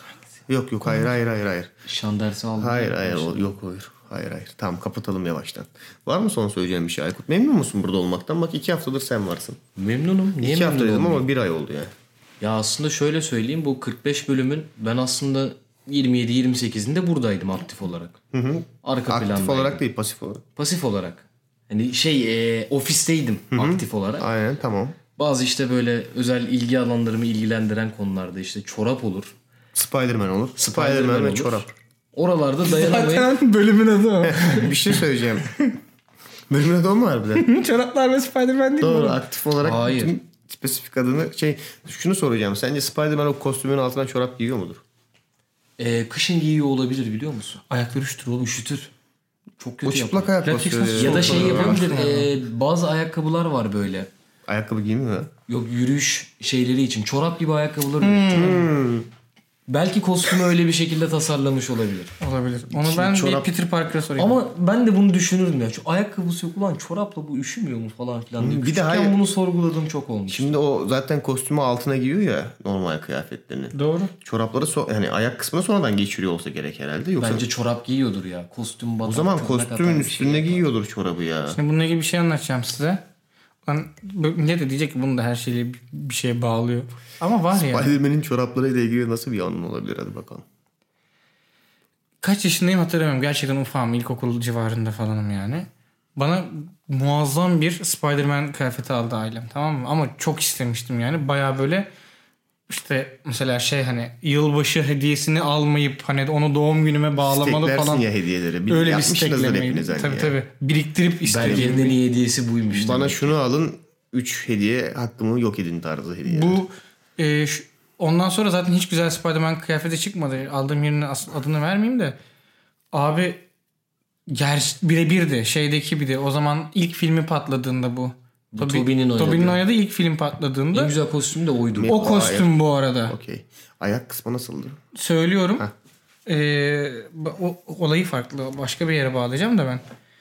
Yok yok hayır hayır hayır hayır. Şan dersi aldım. Hayır hayır o, yok hayır. Hayır hayır. Tamam kapatalım yavaştan. Var mı son söyleyeceğim bir şey Aykut? Memnun musun burada olmaktan? Bak iki haftadır sen varsın. Memnunum. Niye iki hafta memnun dedim olmayayım? ama bir ay oldu yani. Ya aslında şöyle söyleyeyim, bu kırk beş bölümün ben aslında yirmi yedi yirmi sekizinde buradaydım aktif olarak. Hı hı. Arka Aktif plandaydım. olarak değil pasif olarak. Pasif olarak. Hani şey e, ofisteydim Hı-hı. aktif olarak. Aynen tamam. Bazı işte böyle özel ilgi alanlarımı ilgilendiren konularda işte çorap olur. Spider-Man olur. Spider-Man, Spider-Man ve olur. çorap. Oralarda dayanamayıp Zaten bölümün adı o. Bir şey söyleyeceğim. Bölümün adı o mu harbiden? Çoraplar ve Spider-Man değil Doğru mi? aktif olarak Hayır. bütün spesifik adını şey şunu soracağım. Sence Spider-Man o kostümün altına çorap giyiyor mudur? e, kışın giyiyor olabilir biliyor musun? Ayakları üşütür oğlum. Üşütür. Çok O kötü çıplak yapar. ayak Latex basıyor. nasıl Ya da şey Çok- yapabilir. e, bazı ayakkabılar var böyle. Ayakkabı giymiyor ha. Yok yürüyüş şeyleri için. Çorap gibi ayakkabılar üretiyor. Belki kostümü öyle bir şekilde tasarlamış olabilir. Olabilir. Onu ben çorap- bir Peter Parker'a sorayım. Ama ben de bunu düşünürdüm ya. Şu ayakkabısı yok ulan çorapla bu üşümüyor mu falan filan diye. Bir de Küçükken hayır. bunu sorguladığım çok olmuş. Şimdi o zaten kostümü altına giyiyor ya normal kıyafetlerini. Doğru. Çorapları so- yani ayak kısmına sonradan geçiriyor olsa gerek herhalde. Yoksa Bence çorap giyiyordur ya. Kostüm batar. o zaman tırnak atar kostümün bir şey. üstünde giyiyordur çorabı ya. Şimdi bununla ilgili bir şey anlatacağım size. Ben, ne de diyecek ki bunu da her şeyle bir- bir şeye bağlıyor. Ama var ya. Spider-Man'in çoraplarıyla ilgili nasıl bir anın olabilir hadi bakalım. Kaç yaşındayım hatırlamıyorum. Gerçekten ufağım. İlkokul civarında falanım yani. Bana muazzam bir Spider-Man kıyafeti aldı ailem, tamam mı? Ama çok istemiştim yani. Baya böyle işte mesela şey hani yılbaşı hediyesini almayıp hani onu doğum günüme bağlamalı Steklersin falan. ya hediyeleri. Bir Öyle bir yapmışsınızdır steklemeydi. hepiniz hani Tabii ya. tabii. Biriktirip istedim. Belgenin en iyi hediyesi buymuş. Bana demek. şunu alın üç hediye hakkımı yok edin tarzı hediye. Bu e, şu- ondan sonra zaten hiç güzel Spider-Man kıyafeti çıkmadı. Aldığım yerine as- adını vermeyeyim de. Abi ger birebirdi. Şeydeki bir de o zaman ilk filmi patladığında bu. Bu Toby- Tobey'nin oynadığı. Tobey'nin oynadığı ilk film En patladığında güzel kostüm de oydu. Ne? o kostüm bu arada. Okey. Ayak kısmı nasıldı? Söylüyorum. Heh. Ee, ba- o, olayı farklı. Başka bir yere bağlayacağım da ben.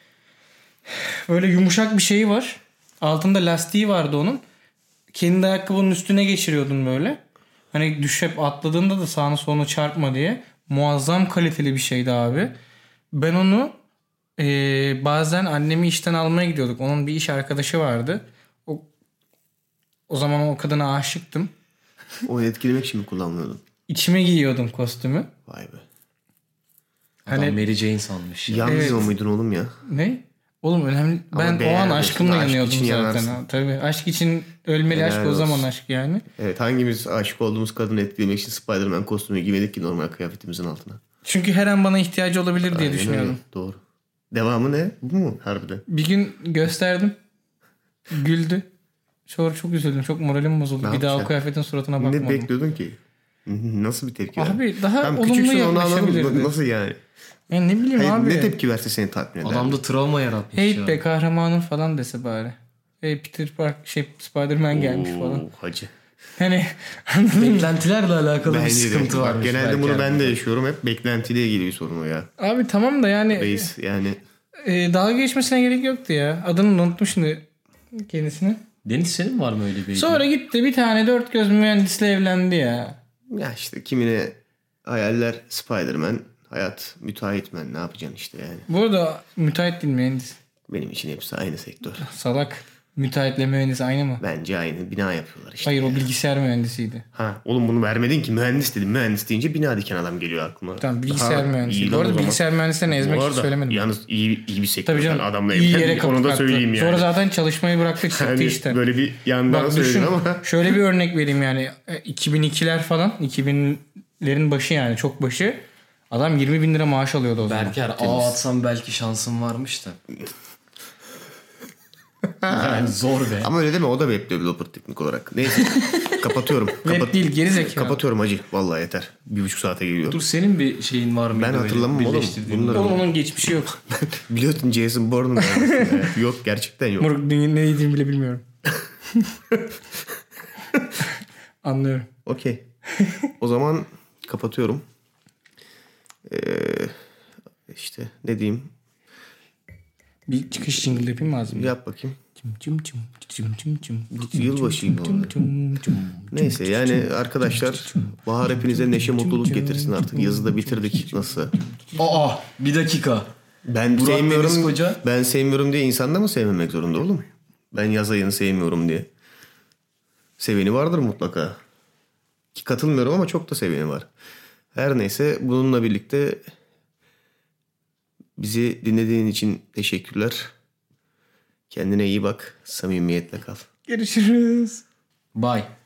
Böyle yumuşak bir şeyi var. Altında lastiği vardı onun. Kendi ayakkabının üstüne geçiriyordun böyle. Hani düşüp atladığında da sağına soluna çarpma diye. Muazzam kaliteli bir şeydi abi. Ben onu ee, bazen annemi işten almaya gidiyorduk. Onun bir iş arkadaşı vardı. O, o zaman o kadına aşıktım. Onu etkilemek için mi kullanmıyordun? İçime giyiyordum kostümü. Vay be. Adam Hani- Mary Jane sanmış ya. Yalnız Evet. o muydun oğlum ya? Ne? Oğlum önemli. Ama Ben o an beğenmiyorsun. aşkımla Aşk yanıyordum için zaten. yanarsın. Ha. Tabii aşk için ölmeli Helal aşk o zaman olsun. aşk yani. Evet hangimiz aşık olduğumuz kadını etkilemek için Spider-Man kostümü giymedik ki normal kıyafetimizin altına? Çünkü her an bana ihtiyacı olabilir diye Aynen düşünüyorum. öyle. Doğru. Devamı ne? Bu mu harbiden? Bir gün gösterdim. Güldü. Sonra çok üzüldüm. Çok moralim bozuldu. Ne bir daha o yapacaksın? kıyafetin suratına Ne bakmadım. bekliyordun ki? Nasıl bir tepki? Abi verdin? daha Tam olumlu küçüksün onu anladım. yaklaşabilirdi. Nasıl yani? Yani ne bileyim Hayır, abi. ne tepki verse seni tatmin eder? Adam da travma yaratmış Hey ya. be kahramanım falan dese bari. Hey Peter Park şey Spider-Man gelmiş Oo, falan. Hacı. Hani anladın mı? Beklentilerle alakalı bir Bence sıkıntı de. var. Bak, genelde bunu ben de yaşıyorum. Hep beklentiyle ilgili bir sorun o ya. Abi tamam da yani Reis yani. e, dalga geçmesine gerek yoktu ya. Adını unuttum şimdi kendisini. Deniz senin var mı öyle bir hediye? Sonra gitti bir tane dört göz mühendisle evlendi ya. Ya işte kimine hayaller Spider-Man, hayat müteahhitmen ne yapacaksın işte yani. Bu arada müteahhit değil mühendis. Benim için hepsi aynı sektör. Salak. Müteahhitle mühendis aynı mı? Bence aynı bina yapıyorlar işte. Hayır o bilgisayar mühendisiydi. Ha oğlum bunu vermedin ki mühendis dedim. Mühendis deyince bina diken adam geliyor aklıma. Tamam bilgisayar Daha iyi mühendisi. lan Bu o arada zaman. bilgisayar mühendislerini ezmek Bu için arada söylemedim. yalnız iyi, iyi bir sektör. Tabii canım. Adamla iyi yere evlendik onu da kapattı. söyleyeyim yani. Sonra zaten çalışmayı bıraktı çıktı hani işte. böyle bir yandan Bak söyledin düşün ama. şöyle bir örnek vereyim yani E, iki bin ikiler falan iki binlerin başı yani çok başı. Adam yirmi bin lira maaş alıyordu o zaman. Berker ağ atsam belki şansım varmış da. Yani zor be. Ama öyle deme o da web developer teknik olarak. Neyse kapatıyorum. Web Kapat- değil geri zekalı. Kapatıyorum hacı. Vallahi yeter. Bir buçuk saate geliyor. Dur senin bir şeyin var mıydı? Ben öyle hatırlamam oğlum. birleştirdiğin? Bunları- Oğlum onun geçmişi yok. Biliyorsun Jason Bourne'un vermesini. Yok gerçekten yok. Moruk ne dediğimi bile bilmiyorum. Anlıyorum. Okey. O zaman kapatıyorum. Ee, işte ne diyeyim? Bir çıkış jingle yapayım mı ağzımda? Yap bakayım. Çım çım çım çım çım çım. Yılbaşı gibi çım çım çım. Neyse yani arkadaşlar bahar hepinize neşe mutluluk getirsin artık. Yazı da bitirdik nasıl? Aa bir dakika. Ben Burak Deniz sevmiyorum. Koca. Ben sevmiyorum diye insan da mı sevmemek zorunda oğlum? Ben yaz ayını sevmiyorum diye. Seveni vardır mutlaka. Ki katılmıyorum ama çok da seveni var. Her neyse bununla birlikte bizi dinlediğin için teşekkürler. Kendine iyi bak. Samimiyetle kal. Görüşürüz. Bye.